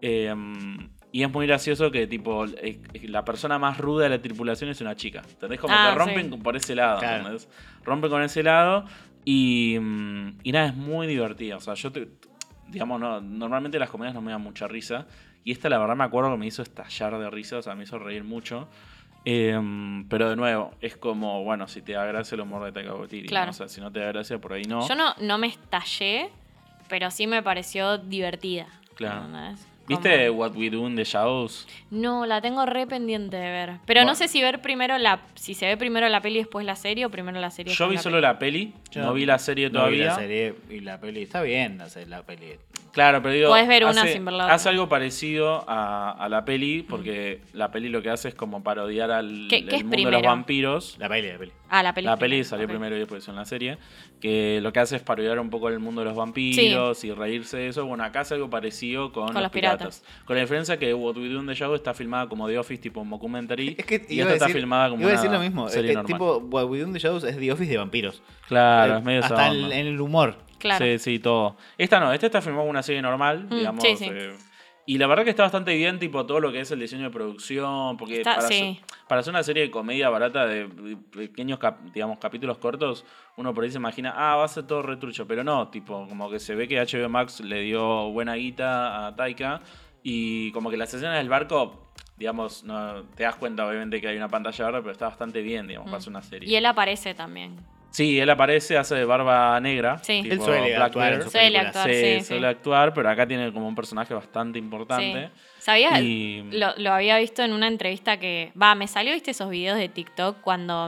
Y es muy gracioso que tipo la persona más ruda de la tripulación es una chica. ¿Entendés? Como que rompen sí. por ese lado. Claro. ¿Entendés? Rompen con ese lado. Y nada, es muy divertida. O sea, digamos, normalmente las comedias no me dan mucha risa. Y esta, la verdad, me acuerdo que me hizo estallar de risa. O sea, me hizo reír mucho. Pero de nuevo, es como, bueno, si te da gracia el humor de Taika Waititi, Claro. ¿no? O sea, si no te da gracia, por ahí no. Yo no me estallé, pero sí me pareció divertida. Claro. ¿Entendés? ¿Viste Como- What We Do in the Shadows? No, la tengo re pendiente de ver. Pero Bueno. no sé si ver primero si se ve primero la peli y después la serie o primero la serie. Yo vi después solo la peli, Yo no vi la serie No vi todavía. la serie y la peli. Está bien hacer la peli. Claro, pero digo, Podés ver una sin ver la otra. hace algo parecido a la peli, porque la peli lo que hace es como parodiar al ¿Qué el es mundo de los primero? vampiros. La peli. Ah, la peli. La peli primero, salió ok. primero y después hizo en la serie. Que lo que hace es parodiar un poco el mundo de los vampiros y reírse de eso. Bueno, acá hace algo parecido con los piratas. Con la diferencia que What We Do in the Shadows está filmada como The Office, tipo mockumentary. Es que y esta está filmada como iba a una decir lo mismo. serie normal. Tipo, What We Do in the Shadows es The Office de vampiros. Claro, es medio esa Hasta onda. en el humor. Claro. Sí, sí, todo. Esta no, esta está filmada como una serie normal, digamos. sí, sí. Y la verdad que está bastante bien, tipo, todo lo que es el diseño de producción, porque Está- para, sí. para hacer una serie de comedia barata de pequeños, digamos, capítulos cortos, uno por ahí se imagina, va a ser todo retrucho, pero no, tipo, como que se ve que HBO Max le dio buena guita a Taika y como que las escenas del barco, digamos, no te das cuenta obviamente que hay una pantalla verde, pero está bastante bien, digamos, para hacer una serie. Y él aparece también. Sí, él aparece, hace de Barba Negra. Sí. tipo Él suele Black actuar en Bear. sus Suele películas. actuar. Sí, sí. suele actuar, pero acá tiene como un personaje bastante importante. Sí. ¿Sabías? Y- Lo había visto en una entrevista que... me salió, ¿viste esos videos de TikTok cuando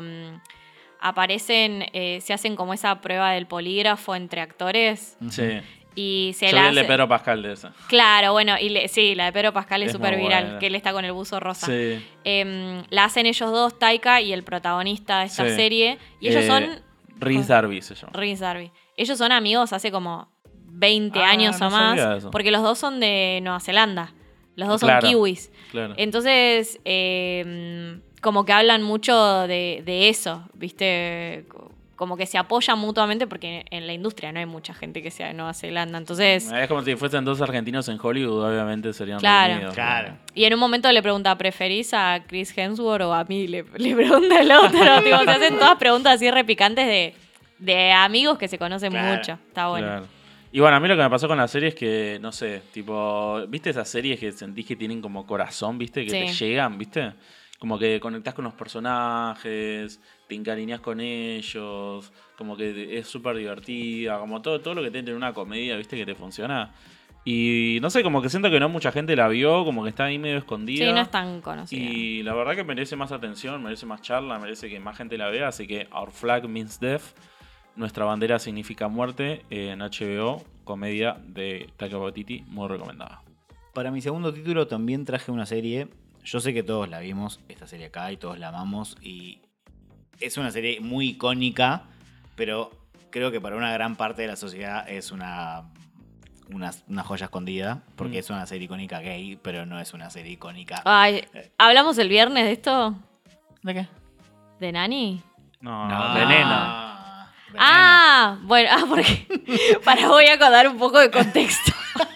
aparecen, se hacen como esa prueba del polígrafo entre actores? Sí. Y se Yo la vi el de hace- Pedro Pascal de esa. Claro, bueno, sí, la de Pedro Pascal es Es súper muy viral, buena. que él está con el buzo rosa. Sí. La hacen ellos dos, Taika y el protagonista de esta Sí. serie. Y ellos son... Rhys Darby se llama. Rhys Darby. Ellos son amigos hace como 20 Ah, años no o más. sabía eso. Porque los dos son de Nueva Zelanda. Los dos Claro. son kiwis. Claro. Entonces, como que hablan mucho de eso, ¿viste? Como que se apoyan mutuamente porque en la industria no hay mucha gente que sea de Nueva Zelanda. Entonces, Es como si fuesen dos argentinos en Hollywood, obviamente serían Claro. reunidos. Claro. y en un momento le pregunta, ¿preferís a Chris Hemsworth o a mí? Le pregunta el otro. Tipo, se hacen todas preguntas así repicantes de amigos que se conocen Claro. mucho. Está bueno. Claro. Y bueno, a mí lo que me pasó con la serie es que, no sé, tipo, ¿viste esas series que sentís que tienen como corazón, viste? Que Sí. te llegan, ¿viste? Como que conectás con los personajes, te encariñás con ellos, como que es súper divertida, como todo lo que tiene en una comedia, ¿viste? Que te funciona. Y no sé, como que siento que no mucha gente la vio, como que está ahí medio escondida. Sí, no es tan conocida. Y la verdad que merece más atención, merece más charla, merece que más gente la vea. Así que Our Flag Means Death, nuestra bandera significa muerte, en HBO, comedia de Taika Waititi, muy recomendada. Para mi segundo título también traje una serie. Yo sé que todos la vimos, esta serie acá, y todos la amamos. Y es una serie muy icónica, pero creo que para una gran parte de la sociedad es una joya escondida. Porque es una serie icónica gay, pero no es una serie icónica. Ay, ¿hablamos el viernes de esto? ¿De qué? ¿De Nani? No, No. Veneno. Ah, bueno, porque voy a dar un poco de contexto.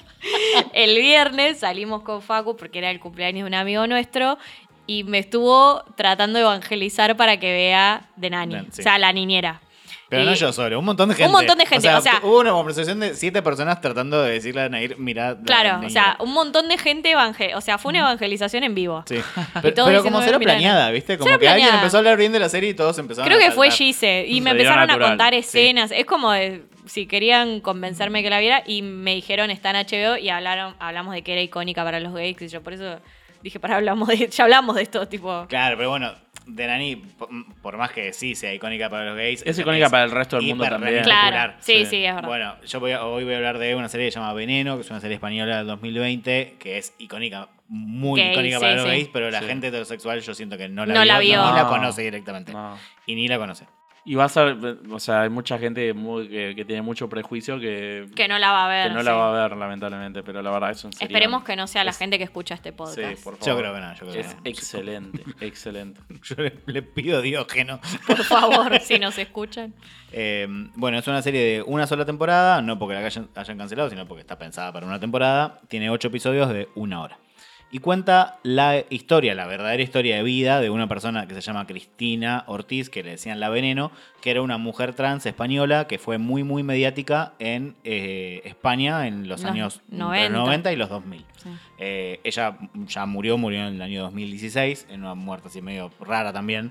El viernes salimos con Facu porque era el cumpleaños de un amigo nuestro y me estuvo tratando de evangelizar para que vea de Nani, Sí. o sea, la niñera. Pero no Y- yo solo, un montón de gente. Un montón de gente, o sea- hubo una conversación de 7 personas tratando de decirle a Nair, mirá. Claro, o sea, un montón de gente o sea, fue una evangelización en vivo. Sí. Y Pero, todos pero diciendo, como cero "Mirá, planeada, ¿viste? Como Cero que alguien planeada. empezó a hablar bien de la serie y todos empezaron Creo a que fue saltar. Gise y me Se dio empezaron natural, a contar sí. escenas. Es como si querían convencerme que la viera y me dijeron está en HBO y hablamos de que era icónica para los gays y yo por eso dije ya hablamos de esto, tipo. Claro, pero bueno, de Nani, por más que sí sea icónica para los gays. Es icónica para el resto del mundo hiper también. Claro, popular. sí, Sí. sí, es verdad. Bueno, yo hoy voy a hablar de una serie que se llama Veneno, que es una serie española del 2020, que es icónica, muy Gay, icónica sí, para los sí. gays, pero la Sí. gente heterosexual yo siento que no No la vio. ni la No. conoce directamente. No. Y ni la conoce. Y vas a ver, o sea, hay mucha gente que tiene mucho prejuicio que Que no la va a ver. no sí. la va a ver, lamentablemente. Pero la verdad es un serial. Esperemos que no sea la Es- gente que escucha este Sí, podcast. por favor. Yo creo que no, yo creo que Es no. excelente, excelente. Yo le pido a Dios que no. Por favor, si nos escuchan. Bueno, es una serie de una sola temporada, no porque la hayan cancelado, sino porque está pensada para una temporada. Tiene 8 episodios de 1 hora. Y cuenta la verdadera historia de vida de una persona que se llama Cristina Ortiz, que le decían La Veneno, que era una mujer trans española que fue muy, muy mediática en España en los años 90. 90 y los 2000. Sí. Ella ya murió en el año 2016, en una muerte así medio rara también.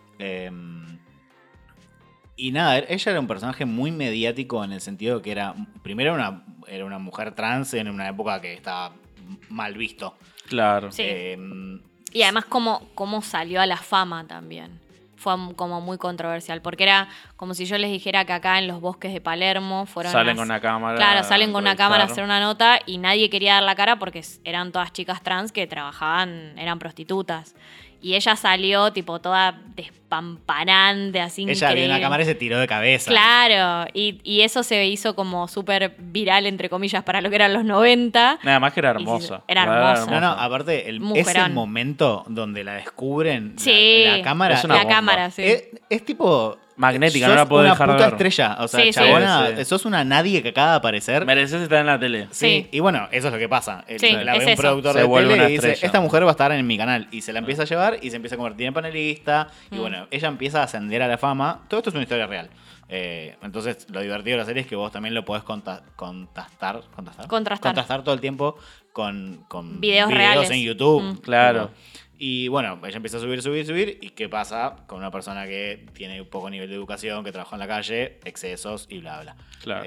Y nada, ella era un personaje muy mediático en el sentido que primero era una mujer trans en una época que estaba mal visto. Claro. Sí. Eh, Y además cómo salió a la fama también. Fue como muy controversial, porque era como si yo les dijera que acá en los bosques de Palermo fueron Salen con una cámara. Claro, salen con una cámara a entrevistar. hacer una nota y nadie quería dar la cara porque eran todas chicas trans que eran prostitutas. Y ella salió tipo toda despampanante, así ella vio increíble. una cámara y se tiró de cabeza. Claro, y eso se hizo como súper viral, entre comillas, para lo que eran los 90. Nada más que era Y sí, hermosa. era La verdad, hermosa. No, aparte, ese Mujerón. momento donde la descubren, Sí, la cámara, Es una la bomba. cámara, sí. es tipo... Magnética, sos no la puedo una dejar de puta ver. estrella. O sea, Sí, sí. chabona, Sí, sí. sos una nadie que acaba de aparecer. Mereces estar en la tele. Sí, Sí. y bueno, eso es lo que pasa. Sí, La es ve un eso. productor Se de vuelve tele una y dice, estrella. esta mujer va a estar en mi canal. Y se la empieza a llevar y se empieza a convertir en panelista. Y bueno, ella empieza a ascender a la fama. Todo esto es una historia real. Entonces, lo divertido de la serie es que vos también lo podés contrastar todo el tiempo con Videos reales. en YouTube. Claro. Y bueno, ella empieza a subir. ¿Y qué pasa con una persona que tiene poco nivel de educación, que trabajó en la calle, excesos y bla, bla? Claro.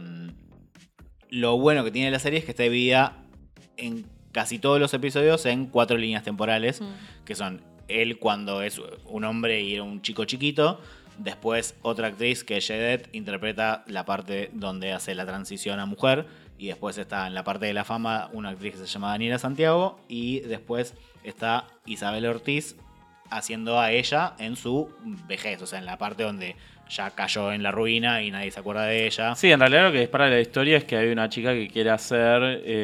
Lo bueno que tiene la serie es que está dividida en casi todos los episodios en 4 líneas temporales, que son él cuando es un hombre y era un chico chiquito. Después otra actriz que es Jedet interpreta la parte donde hace la transición a mujer. Y después está en la parte de la fama una actriz que se llama Daniela Santiago. Y después está Isabel Ortiz haciendo a ella en su vejez. O sea, en la parte donde ya cayó en la ruina y nadie se acuerda de ella. Sí, en realidad lo que dispara la historia es que hay una chica que quiere hacer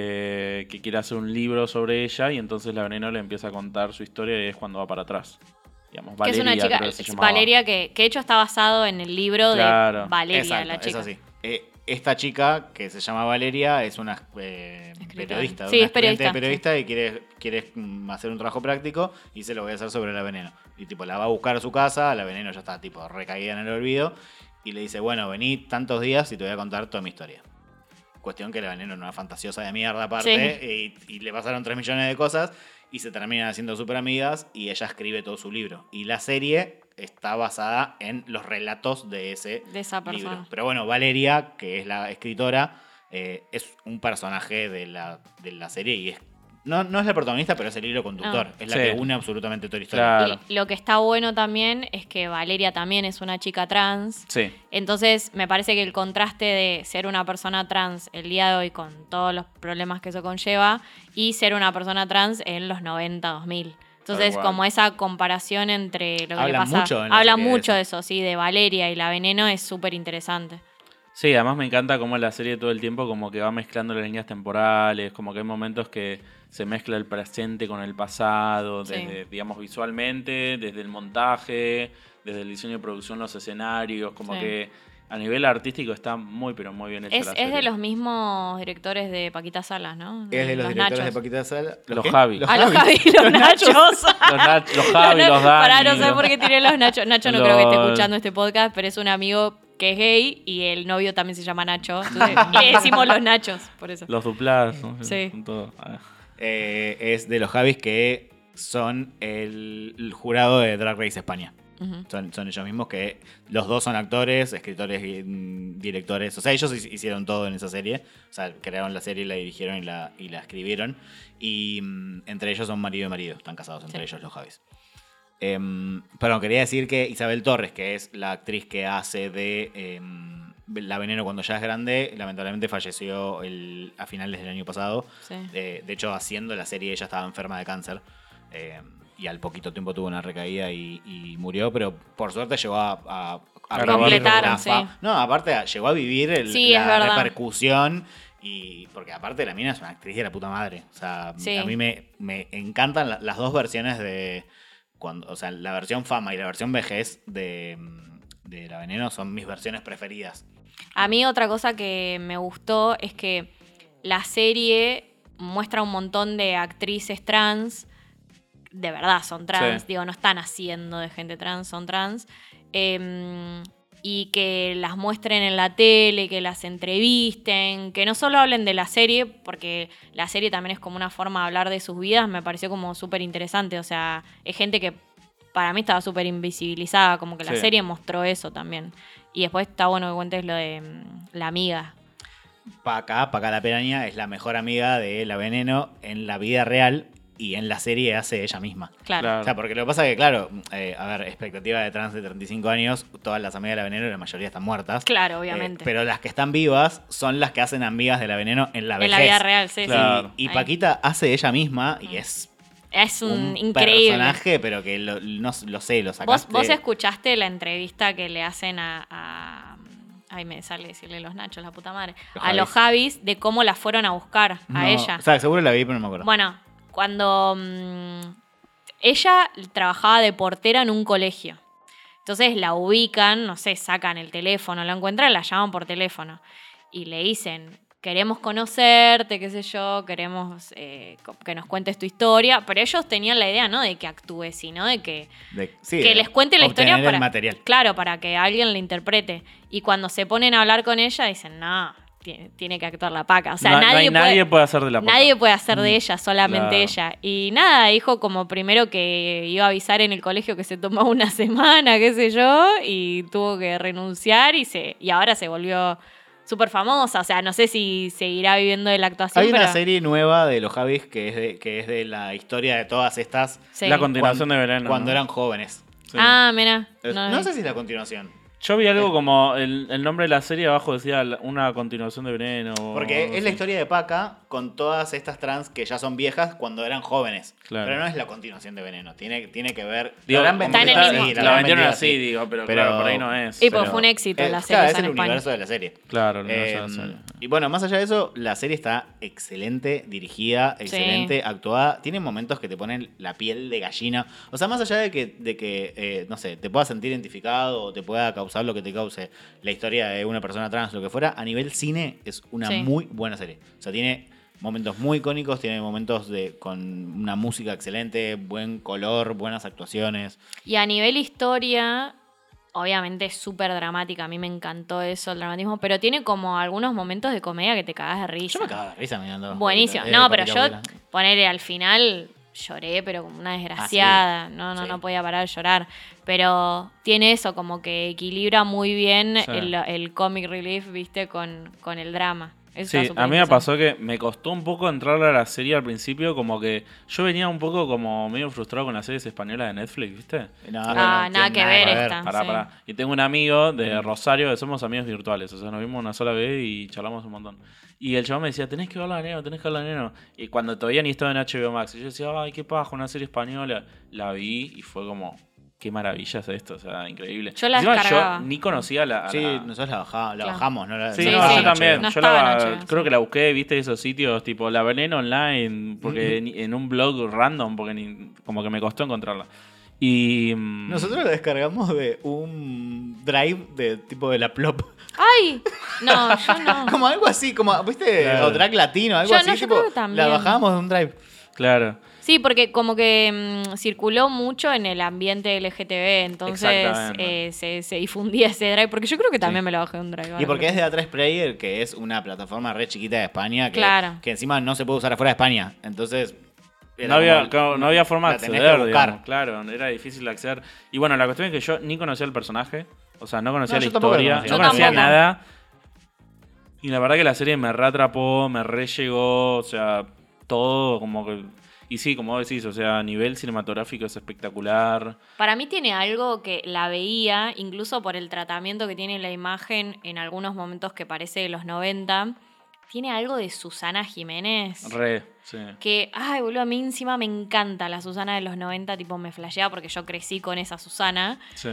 un libro sobre ella. Y entonces la Veneno le empieza a contar su historia y es cuando va para atrás. Digamos, Que Valeria, es una chica, creo que se llamaba. Valeria, que de hecho está basado en el libro Claro. de Valeria, Exacto, la chica. es así. Esta chica, que se llama Valeria, es una periodista. Sí, una es periodista, estudiante periodista y quiere hacer un trabajo práctico y se lo voy a hacer sobre la Veneno. Y tipo, la va a buscar a su casa, la Veneno ya está tipo recaída en el olvido y le dice, bueno, vení tantos días y te voy a contar toda mi historia. Cuestión que la Veneno es una fantasiosa de mierda aparte y le pasaron 3 millones de cosas y se terminan haciendo súper amigas y ella escribe todo su libro. Y la serie está basada en los relatos de ese De esa libro. persona. Pero bueno, Valeria, que es la escritora, es un personaje de la serie y no es la protagonista, pero es el hilo conductor. No. Es la Sí. que une absolutamente toda la historia. Claro. Y lo que está bueno también es que Valeria también es una chica trans. Sí. Entonces me parece que el contraste de ser una persona trans el día de hoy con todos los problemas que eso conlleva y ser una persona trans en los 90, 2000. Entonces Tal cual. como esa comparación entre lo que le Hablan pasa... mucho en la Habla serie de mucho eso. de eso, sí, de Valeria y la Veneno es súper interesante. Sí, además me encanta cómo la serie todo el tiempo como que va mezclando las líneas temporales, como que hay momentos que se mezcla el presente con el pasado, Sí. desde, digamos, visualmente, desde el montaje, desde el diseño de producción, los escenarios, como Sí. que a nivel artístico está muy, pero muy bien hecha la serie. Es de los mismos directores de Paquita Salas, ¿no? Es de los directores Nachos. de Paquita Sala. Los qué? Javi. Ah, los Javi, los Nachos. Los Javi, los Dani. Pará, no sé por qué tiré los Nachos. Nacho no creo que esté Los- escuchando este podcast, pero es un amigo que es gay y el novio también se llama Nacho. Entonces le decimos los Nachos, por eso. Los duplados. ¿no? Sí. Son todo. Ah. Es de los Javis que son el jurado de Drag Race España. Ujú. Son ellos mismos que los dos son actores, escritores y directores. O sea, ellos hicieron todo en esa serie. O sea, crearon la serie, la dirigieron y la escribieron. Y entre ellos son marido y marido. Están casados entre ellos los Javis. Pero quería decir que Isabel Torres, que es la actriz que hace de La Veneno cuando ya es grande, lamentablemente falleció a finales del año pasado. Sí. De hecho, haciendo la serie ella estaba enferma de cáncer. Y al poquito tiempo tuvo una recaída y murió, pero por suerte llegó a completar, la sí. No, aparte llegó a vivir Sí, es la verdad. repercusión. Y porque aparte la mina es una actriz de la puta madre. O sea, Sí. a mí me encantan las dos versiones de... O sea, la versión fama y la versión vejez de La Veneno son mis versiones preferidas. A mí otra cosa que me gustó es que la serie muestra un montón de actrices trans. De verdad son trans. Sí. Digo, no están haciendo de gente trans, son trans. Y que las muestren en la tele, que las entrevisten, que no solo hablen de la serie, porque la serie también es como una forma de hablar de sus vidas, me pareció como súper interesante. O sea, es gente que para mí estaba súper invisibilizada, como que la Sí. serie mostró eso también. Y después está bueno que cuentes lo de la amiga. Paca la Peraña es la mejor amiga de La Veneno en la vida real y en la serie hace ella misma. Claro. Claro. O sea, porque lo que pasa es que, claro, a ver, expectativa de trans de 35 años, todas las amigas de La Veneno, la mayoría están muertas. Claro, obviamente. Pero las que están vivas son las que hacen amigas de La Veneno en la En vejez. la vida real, sí, Claro. Y Ahí. Paquita hace ella misma y es Es un un increíble. personaje, pero que lo sé, lo sacaste. ¿Vos escuchaste la entrevista que le hacen ay, me sale decirle los Nachos, la puta madre. Los A los Javis de cómo la fueron a buscar No, a ella. O sea, seguro la vi, pero no me acuerdo. Bueno, cuando ella trabajaba de portera en un colegio. Entonces la ubican, no sé, sacan el teléfono, la encuentran, la llaman por teléfono. Y le dicen, queremos conocerte, qué sé yo, queremos que nos cuentes tu historia. Pero ellos tenían la idea, no de que actúe, sino de que Que les cuente la historia para el material. Claro, para que alguien la interprete. Y cuando se ponen a hablar con ella, dicen, no, tiene que actuar la Paca. O sea, No hay nadie puede hacer de la Paca. Nadie puede hacer de ella, solamente Claro. ella. Y nada, dijo como primero que iba a avisar en el colegio que se tomaba una semana, qué sé yo, y tuvo que renunciar y ahora se volvió súper famosa. O sea, no sé si seguirá viviendo de la actuación. Hay una pero serie nueva de los Javis que es de la historia de todas estas sí. La continuación de Veneno. cuando ¿no? eran jóvenes. Sí. Ah, mira. No sé si es la continuación. Yo vi algo como el nombre de la serie abajo decía una continuación de Veneno. Porque es la historia de Paca con todas estas trans que ya son viejas cuando eran jóvenes. Claro. Pero no es la continuación de Veneno. Tiene que ver. Digo, la habrán está en el vendido mismo- así, la habrán vendieron vendido así, digo, pero claro, por ahí no es. Y pues pero fue un éxito la claro, serie es en el España. universo de la serie. Claro, el universo de la serie. Y bueno, más allá de eso, la serie está excelente dirigida, excelente actuada. Tiene momentos que te ponen la piel de gallina. O sea, más allá de que no sé, te puedas sentir identificado o te pueda causar lo que te cause la historia de una persona trans, lo que fuera, a nivel cine es una Sí. muy buena serie. O sea, tiene momentos muy icónicos, tiene momentos con una música excelente, buen color, buenas actuaciones. Y a nivel historia, obviamente es súper dramática. A mí me encantó eso, el dramatismo. Pero tiene como algunos momentos de comedia que te cagas de risa. Yo me cago de risa mirando. Buenísimo. No, pero yo, ponerle al final, lloré, pero como una desgraciada. Sí. No podía parar de llorar. Pero tiene eso, como que equilibra muy bien Sí. el comic relief, viste, con el drama. Eso Sí, está súper a mí me interesante. pasó que me costó un poco entrar a la serie al principio, como que yo venía un poco como medio frustrado con las series españolas de Netflix, ¿viste? Ah, nada que ver esta. Pará, sí. pará. Y tengo un amigo de Rosario que somos amigos virtuales, o sea, nos vimos una sola vez y charlamos un montón. Y el chabón me decía, tenés que verla, neno, tenés que verla, neno. Y cuando todavía ni estaba en HBO Max, y yo decía, ay, qué paja, una serie española. La vi y fue como, qué maravilla es esto, o sea, increíble. Yo la Encima, descargaba. yo ni conocía Sí, nosotros la Claro. bajamos, ¿no? Sí, Sí, no, sí. yo también. No Yo estaba en la, HBO, creo sí. que la busqué, viste, esos sitios tipo La Veneno Online, porque en un blog random, porque como que me costó encontrarla. Y Nosotros la descargamos de un drive de tipo de la Plop. ¡Ay! No, yo no. Como algo así, como, ¿viste? Claro. O track latino, algo Yo así. no, yo tipo, creo que también. la bajábamos de un drive. claro. Sí, porque como que circuló mucho en el ambiente LGTB, entonces Exactamente. se difundía ese drive, porque yo creo que también me lo bajé de un drive. Y ahora porque que es de A3 Player, que es una plataforma re chiquita de España, que, Claro. que encima no se puede usar afuera de España. Entonces. era No había, como- claro, no había forma de la tenés acceder, que buscar. digamos, claro, era difícil de acceder. Y bueno, la cuestión es que yo ni conocía el personaje, o sea, no conocía No, la yo tampoco lo historia, conocía. no Yo conocía tampoco. nada. Y la verdad que la serie me reatrapó, me re llegó, o sea, todo como que... Y sí, como vos decís, o sea, a nivel cinematográfico es espectacular. Para mí tiene algo que la veía, incluso por el tratamiento que tiene la imagen en algunos momentos que parece de los 90. Tiene algo de Susana Jiménez. Re, sí. Que, ay, boludo, a mí encima me encanta la Susana de los 90, tipo me flashea porque yo crecí con esa Susana. Sí.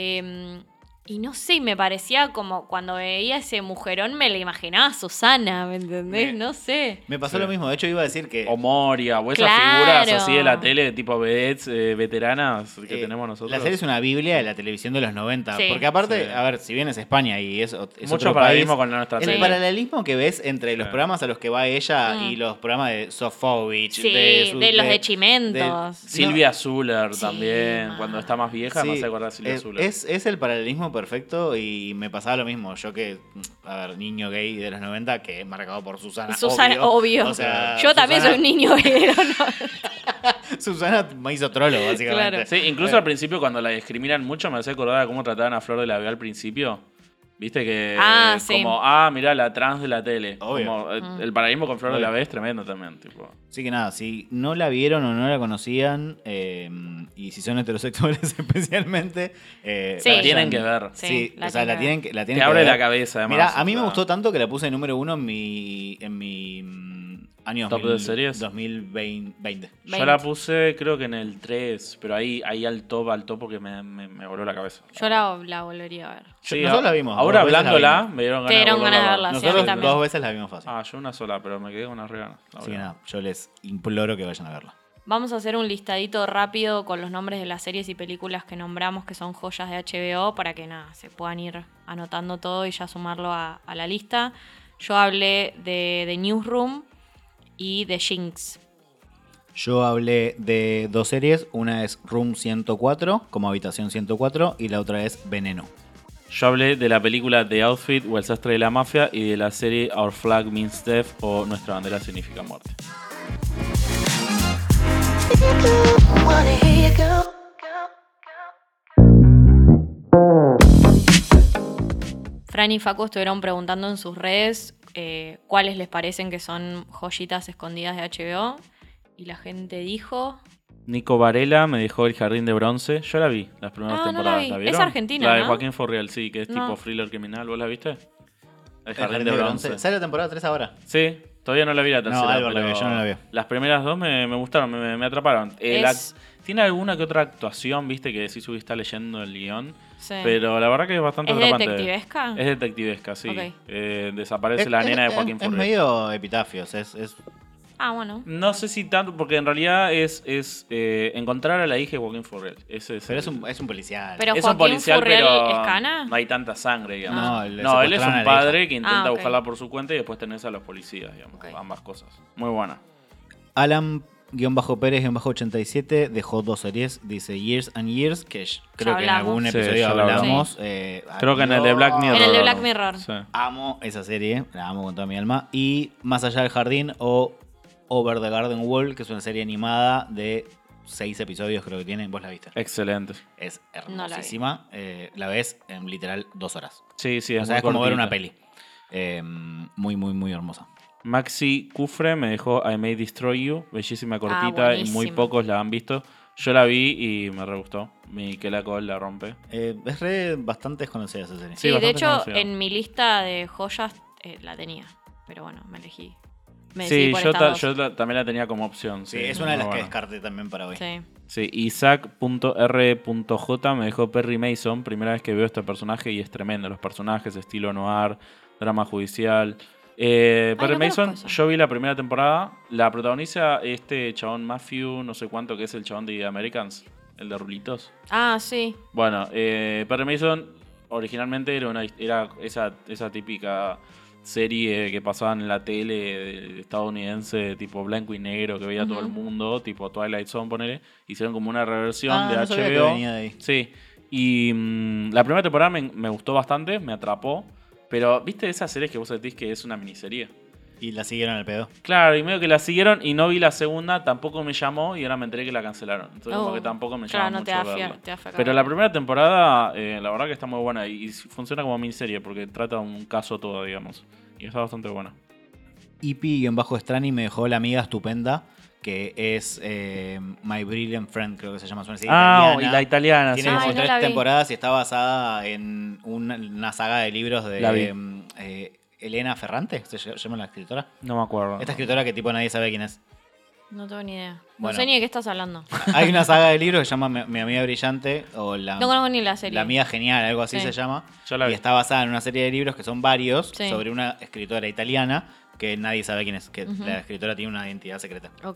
Y no sé, me parecía como cuando veía ese mujerón me la imaginaba a Susana, ¿me entendés? No sé. Me pasó Sí. lo mismo. De hecho, iba a decir que. O Moria, o esas Claro. figuras así de la tele, tipo vedettes veteranas que tenemos nosotros. La serie es una biblia de la televisión de los 90. Sí. Porque aparte, Sí. a ver, si bien es España y es Mucho otro paralelismo país, con nuestra el tele. paralelismo que ves entre los Sí. programas a los que va ella Mm. y los programas de Sofovich, Sí, de los de Chimentos. Silvia Zuller Sí, también, ma. cuando está más vieja, no Sí, se acuerda de Silvia Zuller. es el paralelismo perfecto y me pasaba lo mismo. Yo que, a ver, niño gay de los 90, que marcado por Susana. Susana, obvio. O sea, Yo también soy un niño gay, ¿no? Susana me hizo trolo, básicamente. Claro. Sí, incluso al principio cuando la discriminan mucho me hace acordar a cómo trataban a Flor de la Vega al principio. Viste que Ah, sí. como, mirá, la trans de la tele. Obvio. Como, el paralelismo con Flor de la Obvio. Vega es tremendo también, tipo. Así que nada, si no la vieron o no la conocían, y si son heterosexuales especialmente, Sí. La tienen que ver. Sí, Sí, o sea, la tienen que Te que abre ver. la cabeza, además. Mira, a o mí me sea. gustó tanto que la puse número 1 en mi año ¿Top de series? 2020. Yo 20. la puse creo que en el 3, pero ahí al top porque me voló la cabeza. Yo la volvería a ver. Nosotros la vimos, Ahora 2 veces la hablándola, vimos. me dieron Te ganas dieron volverla ganas de a ver. verla, sí, a mí Nosotros también. 2 veces la vimos fácil. Yo una sola, pero me quedé con unas re ganas. la Así que verdad. nada, yo les imploro que vayan a verla. Vamos a hacer un listadito rápido con los nombres de las series y películas que nombramos que son joyas de HBO para que nada, se puedan ir anotando todo y ya sumarlo a la lista. Yo hablé de The Newsroom y de Jinx. Yo hablé de 2 series, una es Room 104, como Habitación 104, y la otra es Veneno. Yo hablé de la película The Outfit o El sastre de la mafia y de la serie Our Flag Means Death o Nuestra bandera significa muerte. Wanna hear you go. Fran y Facu estuvieron preguntando en sus redes cuáles les parecen que son joyitas escondidas de HBO. Y la gente dijo... Nico Varela me dejó El jardín de bronce. Yo la vi las primeras Ah, no la temporadas. vi. ¿La Es vieron? argentina, La de ¿no? Joaquín Furriel, sí, que es No. tipo thriller criminal. ¿Vos la viste? El El jardín de bronce. Sale la temporada 3 ahora. Sí, todavía no la vi la tercera. Álvaro la pero vio, yo no la vi. Las primeras dos me gustaron, me atraparon. Tiene alguna que otra actuación, viste, que sí subiste leyendo el guión. Sí. Pero la verdad que es bastante ¿Es atrapante. detectivesca? Es detectivesca, sí. Ok. Desaparece la nena de Joaquín Es Furriel. medio epitafios. Es Ah, bueno. No sé si tanto, porque en realidad es encontrar a la hija de Joaquín Furriel. Ese pero es un policial. Pero es un Joaquín policial, Furriel pero es cana. no hay tanta sangre, digamos. No, le No, él es secuestraron a un la hija. padre que intenta Ah, ok. buscarla por su cuenta y después tenés a los policías, digamos. Ok. Ambas cosas. Muy buena. Alan-Pérez-87 dejó 2 series. Dice Years and Years, que creo que en hablamos. algún Sí, episodio ya lo hablamos. Creo que en el de Black Mirror. En el de Black ¿no? Mirror. Sí. Amo esa serie, la amo con toda mi alma. Y Más allá del jardín o Over the Garden Wall, que es una serie animada de 6 episodios, creo que tiene. ¿Vos la viste? Excelente. Es No la vi. hermosísima. La ves en literal 2 horas. Sí, sí, es O sea, muy es como ver cortita. una peli. Muy, muy, muy hermosa. Maxi Cufre me dejó I May Destroy You, bellísima cortita y muy buenísima. pocos la han visto. Yo la vi y me re gustó. Miquela Cole la rompe. Es bastante desconocida esa serie. Sí, de bastante hecho, conocida. en mi lista de joyas la tenía. Pero bueno, me decidí Sí, por yo, estas dos. también la tenía como opción. Sí, es una de las muy que buena. descarté también para hoy. Sí. Sí, Isaac.r.j me dejó Perry Mason. Primera vez que veo este personaje y es tremendo. Los personajes, estilo noir, drama judicial. Perry no Mason, conozco eso. yo vi la primera temporada. La protagoniza este chabón Matthew, no sé cuánto, que es el chabón de The Americans, el de Rulitos. Ah, sí. Bueno, Perry Mason originalmente era esa típica serie que pasaban en la tele estadounidense, tipo blanco y negro, que veía todo el mundo, tipo Twilight Zone, ponele. Hicieron como una reversión de no sabía que HBO. venía de ahí. Sí. Y la primera temporada me gustó bastante, me atrapó. Pero, ¿viste esas series que vos sentís que es una miniserie? Y la siguieron al pedo. Claro, y medio que la siguieron y no vi la segunda, tampoco me llamó y ahora me enteré que la cancelaron. Entonces como Oh, que tampoco me claro, llama no te mucho da verla. te da fe Pero la primera temporada, la verdad que está muy buena y funciona como miniserie porque trata un caso todo, digamos. Y está bastante buena. EP-Strani me dejó la amiga estupenda, que es My Brilliant Friend, creo que se llama. Es una serie Ah, italiana. y la italiana, Tiene sí. como Ay, no 3 la vi. temporadas y está basada en una saga de libros La vi. de Elena Ferrante, se llama la escritora. No me acuerdo. Esta escritora que tipo nadie sabe quién es. No tengo ni idea. Bueno. No sé ni de qué estás hablando. Hay una saga de libros que se llama Mi amiga brillante o No conozco ni la serie. La amiga genial, algo así Sí. se llama. Yo la Y vi. está basada en una serie de libros que son varios Sí. sobre una escritora italiana que nadie sabe quién es, que la escritora tiene una identidad secreta. Ok.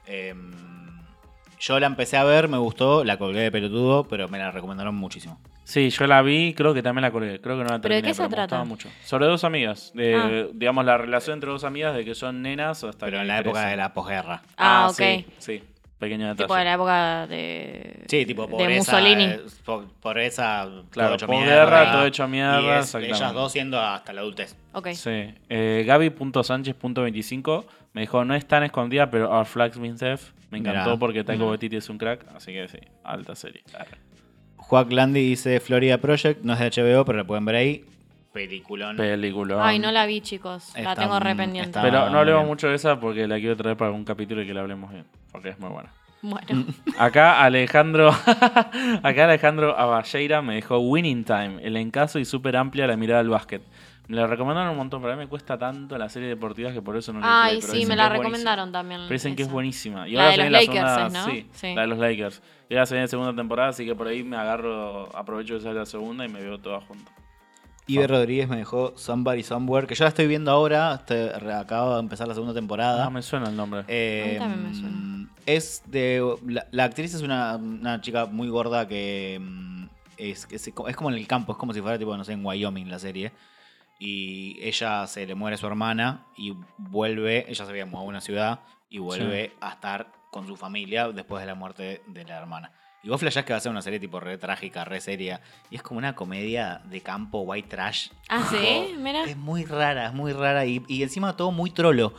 Yo la empecé a ver, me gustó, la colgué de pelotudo, pero me la recomendaron muchísimo. Sí, yo la vi, creo que también la colgué. Creo que no la ¿Pero de terminé, qué se me trata? gustaba mucho. Sobre dos amigas. Digamos, la relación entre dos amigas de que son nenas hasta Pero que en la época crecen. de la posguerra. Ah, ok. Sí, sí, pequeño detalle. Tipo de la época de. Sí, tipo de pobreza. Mussolini. Pobreza, Claro, todo hecho posguerra, mierda. todo hecho mierda, Y exactamente. ellas dos siendo hasta la adultez. Ok. Sí. Gaby.sánchez.25 me dijo, no es tan escondida, pero Our Flags Means Death. Me encantó Mirá. porque Taika Waititi es un crack, así que sí, alta serie. Joaquín Landi dice Florida Project, no es de HBO, pero la pueden ver ahí. Peliculón. Película. Ay, no la vi, chicos. La Está- tengo re pendiente. está- Pero no hablemos bien. mucho de esa porque la quiero traer para algún capítulo y que la hablemos bien, porque es muy buena. Bueno. Acá Alejandro Aballeira me dejó Winning Time, el encaso y súper amplia la mirada al básquet. Me la recomendaron un montón, pero a mí me cuesta tanto las series deportivas que por eso no la Ay, pero sí, dicen me que la es buenísima. recomendaron también. Pero dicen que es esa. buenísima. Y La ahora de se los viene Lakers segunda, es, ¿no? Sí, Sí. la de los Lakers. Y ahora se viene segunda temporada, así que por ahí me aprovecho de salir la segunda y me veo toda junto. Iber Rodríguez me dejó Somebody Somewhere, que yo la estoy viendo ahora, acabo de empezar la segunda temporada. Ah, me suena el nombre. A mí también me suena. Es de. La actriz es una chica muy gorda que es como en el campo, es como si fuera tipo, no sé, en Wyoming la serie. Y ella se le muere su hermana y vuelve, ella se había mudado a una ciudad y vuelve a estar con su familia después de la muerte de la hermana. Y vos flashás que va a ser una serie tipo re trágica, re seria. Y es como una comedia de campo, white trash. Ah, ¿sí? Mira. Es muy rara, es muy rara. Y encima todo muy trolo.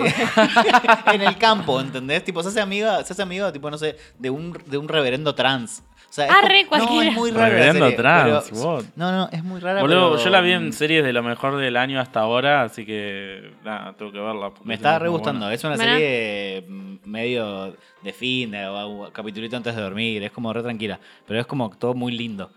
En el campo, ¿entendés? Tipo, se hace amiga, tipo, no sé, de un reverendo trans. O sea, Ah, es re no, cualquiera. es muy rara la Reverendo serie, trans, pero- what? No, es muy rara. Boludo, pero- yo la vi en series de lo mejor del año hasta ahora, así que nada, tengo que verla. porque Me es está muy re buena. gustando. Es una Mirá. serie medio de fin, capitulito antes de dormir. Es como re tranquila. Pero es como todo muy lindo.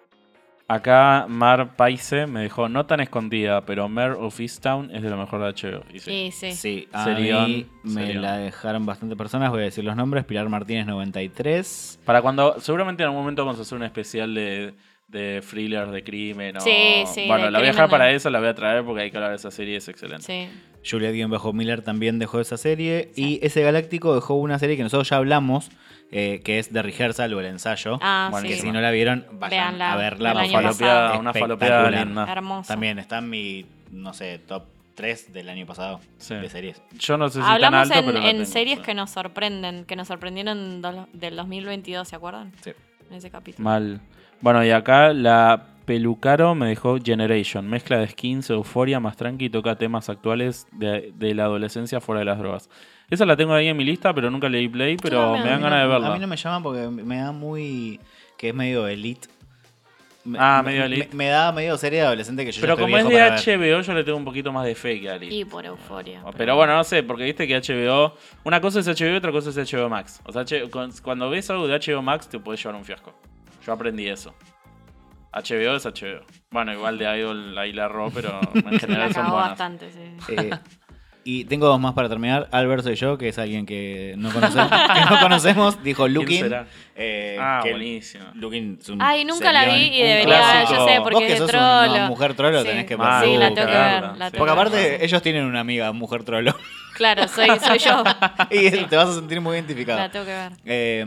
Acá Mar Paise me dejó no tan escondida, pero Mare of Easttown es de lo mejor de HBO. Y sí. Sí. Sí, a Serión, mí me serión. la dejaron bastante personas. Voy a decir los nombres. Pilar Martínez, 93. Para cuando, seguramente en algún momento vamos a hacer un especial de thrillers de crimen. O, Sí, bueno, de la voy a dejar crimen, para no. eso, la voy a traer porque hay que hablar de esa serie, es excelente. Sí. Juliet-Miller también dejó esa serie. Y ese Galáctico dejó una serie que nosotros ya hablamos, que es The Rehearsal o El Ensayo. Ah, Bueno, Que sí. si no la vieron, vayan Véanla, a verla. del por año favor. pasado. Una Espectacular. falopeada linda. Hermosa. También está en mi, no sé, top 3 del año pasado Sí. de series. Yo no sé si Hablamos tan alto, pero la en tengo, series sí. que nos sorprenden, que nos sorprendieron del 2022, ¿se acuerdan? Sí. En ese capítulo. Mal. Bueno, y acá la Pelucaro me dejó Generation. Mezcla de skins, euforia, más tranqui y toca temas actuales de la adolescencia fuera de las drogas. Esa la tengo ahí en mi lista, pero nunca le di play, pero me me dan ganas de A mí verla. no me llama porque me da muy... que es medio elite. Medio elite. Me da medio serie de adolescente que yo Pero ya estoy como es viejo de para ver. HBO, yo le tengo un poquito más de fe que a Elite. Y por euforia. Pero bueno, no sé, porque viste que HBO... Una cosa es HBO y otra cosa es HBO Max. O sea, cuando ves algo de HBO Max te puedes llevar un fiasco. Yo aprendí eso. HBO es HBO. Bueno, igual de Idol ahí la erró, pero en La general son cagó buenas. bastante, sí. Y tengo dos más para terminar. Albert soy yo, que es alguien que no conocemos. Dijo Looking. será? Que Buenísimo. Looking es un Ay, nunca la vi serión, y un debería, clásico. yo sé, Vos porque que es de sos trolo. una mujer trolo, Sí. tenés que Mal, Sí, la tengo que ver. buscarla. La tengo Porque que ver. aparte ellos tienen una amiga, mujer trolo. Claro, soy yo. Y Sí. te vas a sentir muy identificado. La tengo que ver.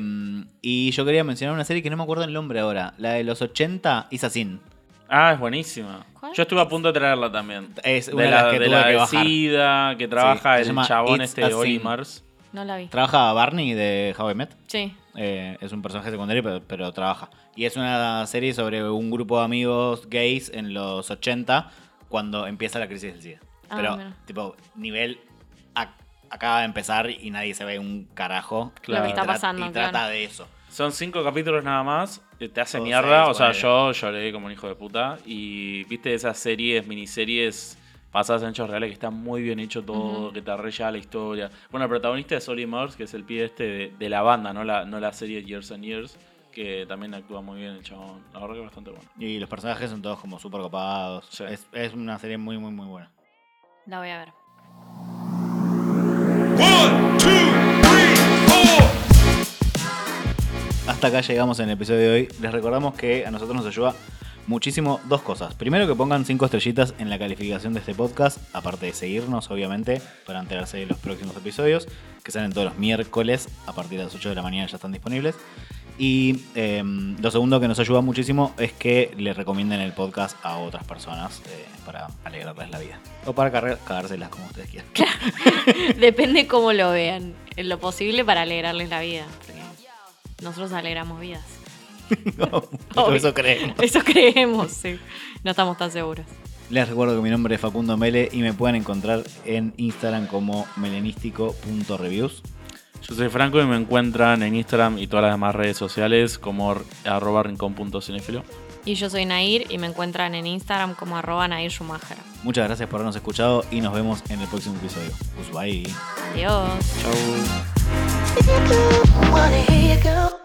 Y yo quería mencionar una serie que no me acuerdo el nombre ahora. La de los 80, Is a Sin. Ah, es buenísima. ¿Cuál? Yo estuve a punto de traerla también. Es una De de las la, que de tuve la que de bajar. SIDA, que trabaja se el llama chabón It's este a de Oli Sin. Mars. No la vi. Trabaja Barney de How I Met. Sí. Es un personaje secundario, pero trabaja. Y es una serie sobre un grupo de amigos gays en los 80, cuando empieza la crisis del SIDA. Ah, Pero, mira. tipo, nivel acaba de empezar y nadie se ve un carajo. Claro. Y Lo que está pasando, Y trata claro. de eso. Son 5 capítulos nada más. Te hace O mierda. 6, O sea, ponele. yo lloré como un hijo de puta. Y viste esas series, miniseries basadas en hechos reales que está muy bien hecho todo, que te arrella la historia. Bueno, el protagonista es Oli Mars, que es el pibe este de la banda, no la serie Years and Years, que también actúa muy bien el chabón. La verdad que es bastante bueno. Y los personajes son todos como súper copados. Sí. Es una serie muy, muy, muy buena. La voy a ver. 1, 2, 3, 4. Hasta acá llegamos en el episodio de hoy. Les recordamos que a nosotros nos ayuda muchísimo dos cosas. Primero, que pongan 5 estrellitas en la calificación de este podcast, aparte de seguirnos, obviamente, para enterarse de los próximos episodios, que salen todos los miércoles a partir de las 8 de la mañana, ya están disponibles. Y lo segundo que nos ayuda muchísimo es que le recomienden el podcast a otras personas para alegrarles la vida. O para cagárselas, como ustedes quieran. Depende cómo lo vean. En lo posible para alegrarles la vida. Porque nosotros alegramos vidas. Todo eso creemos. Eso creemos, sí. No estamos tan seguros. Les recuerdo que mi nombre es Facundo Mele y me pueden encontrar en Instagram como melenístico.reviews. Yo soy Franco y me encuentran en Instagram y todas las demás redes sociales como @rincon.cinéfilo. Y yo soy Nair y me encuentran en Instagram como @Nair Schumacher. Muchas gracias por habernos escuchado y nos vemos en el próximo episodio. Pues bye. Adiós. Chau. If you do wanna hear you go.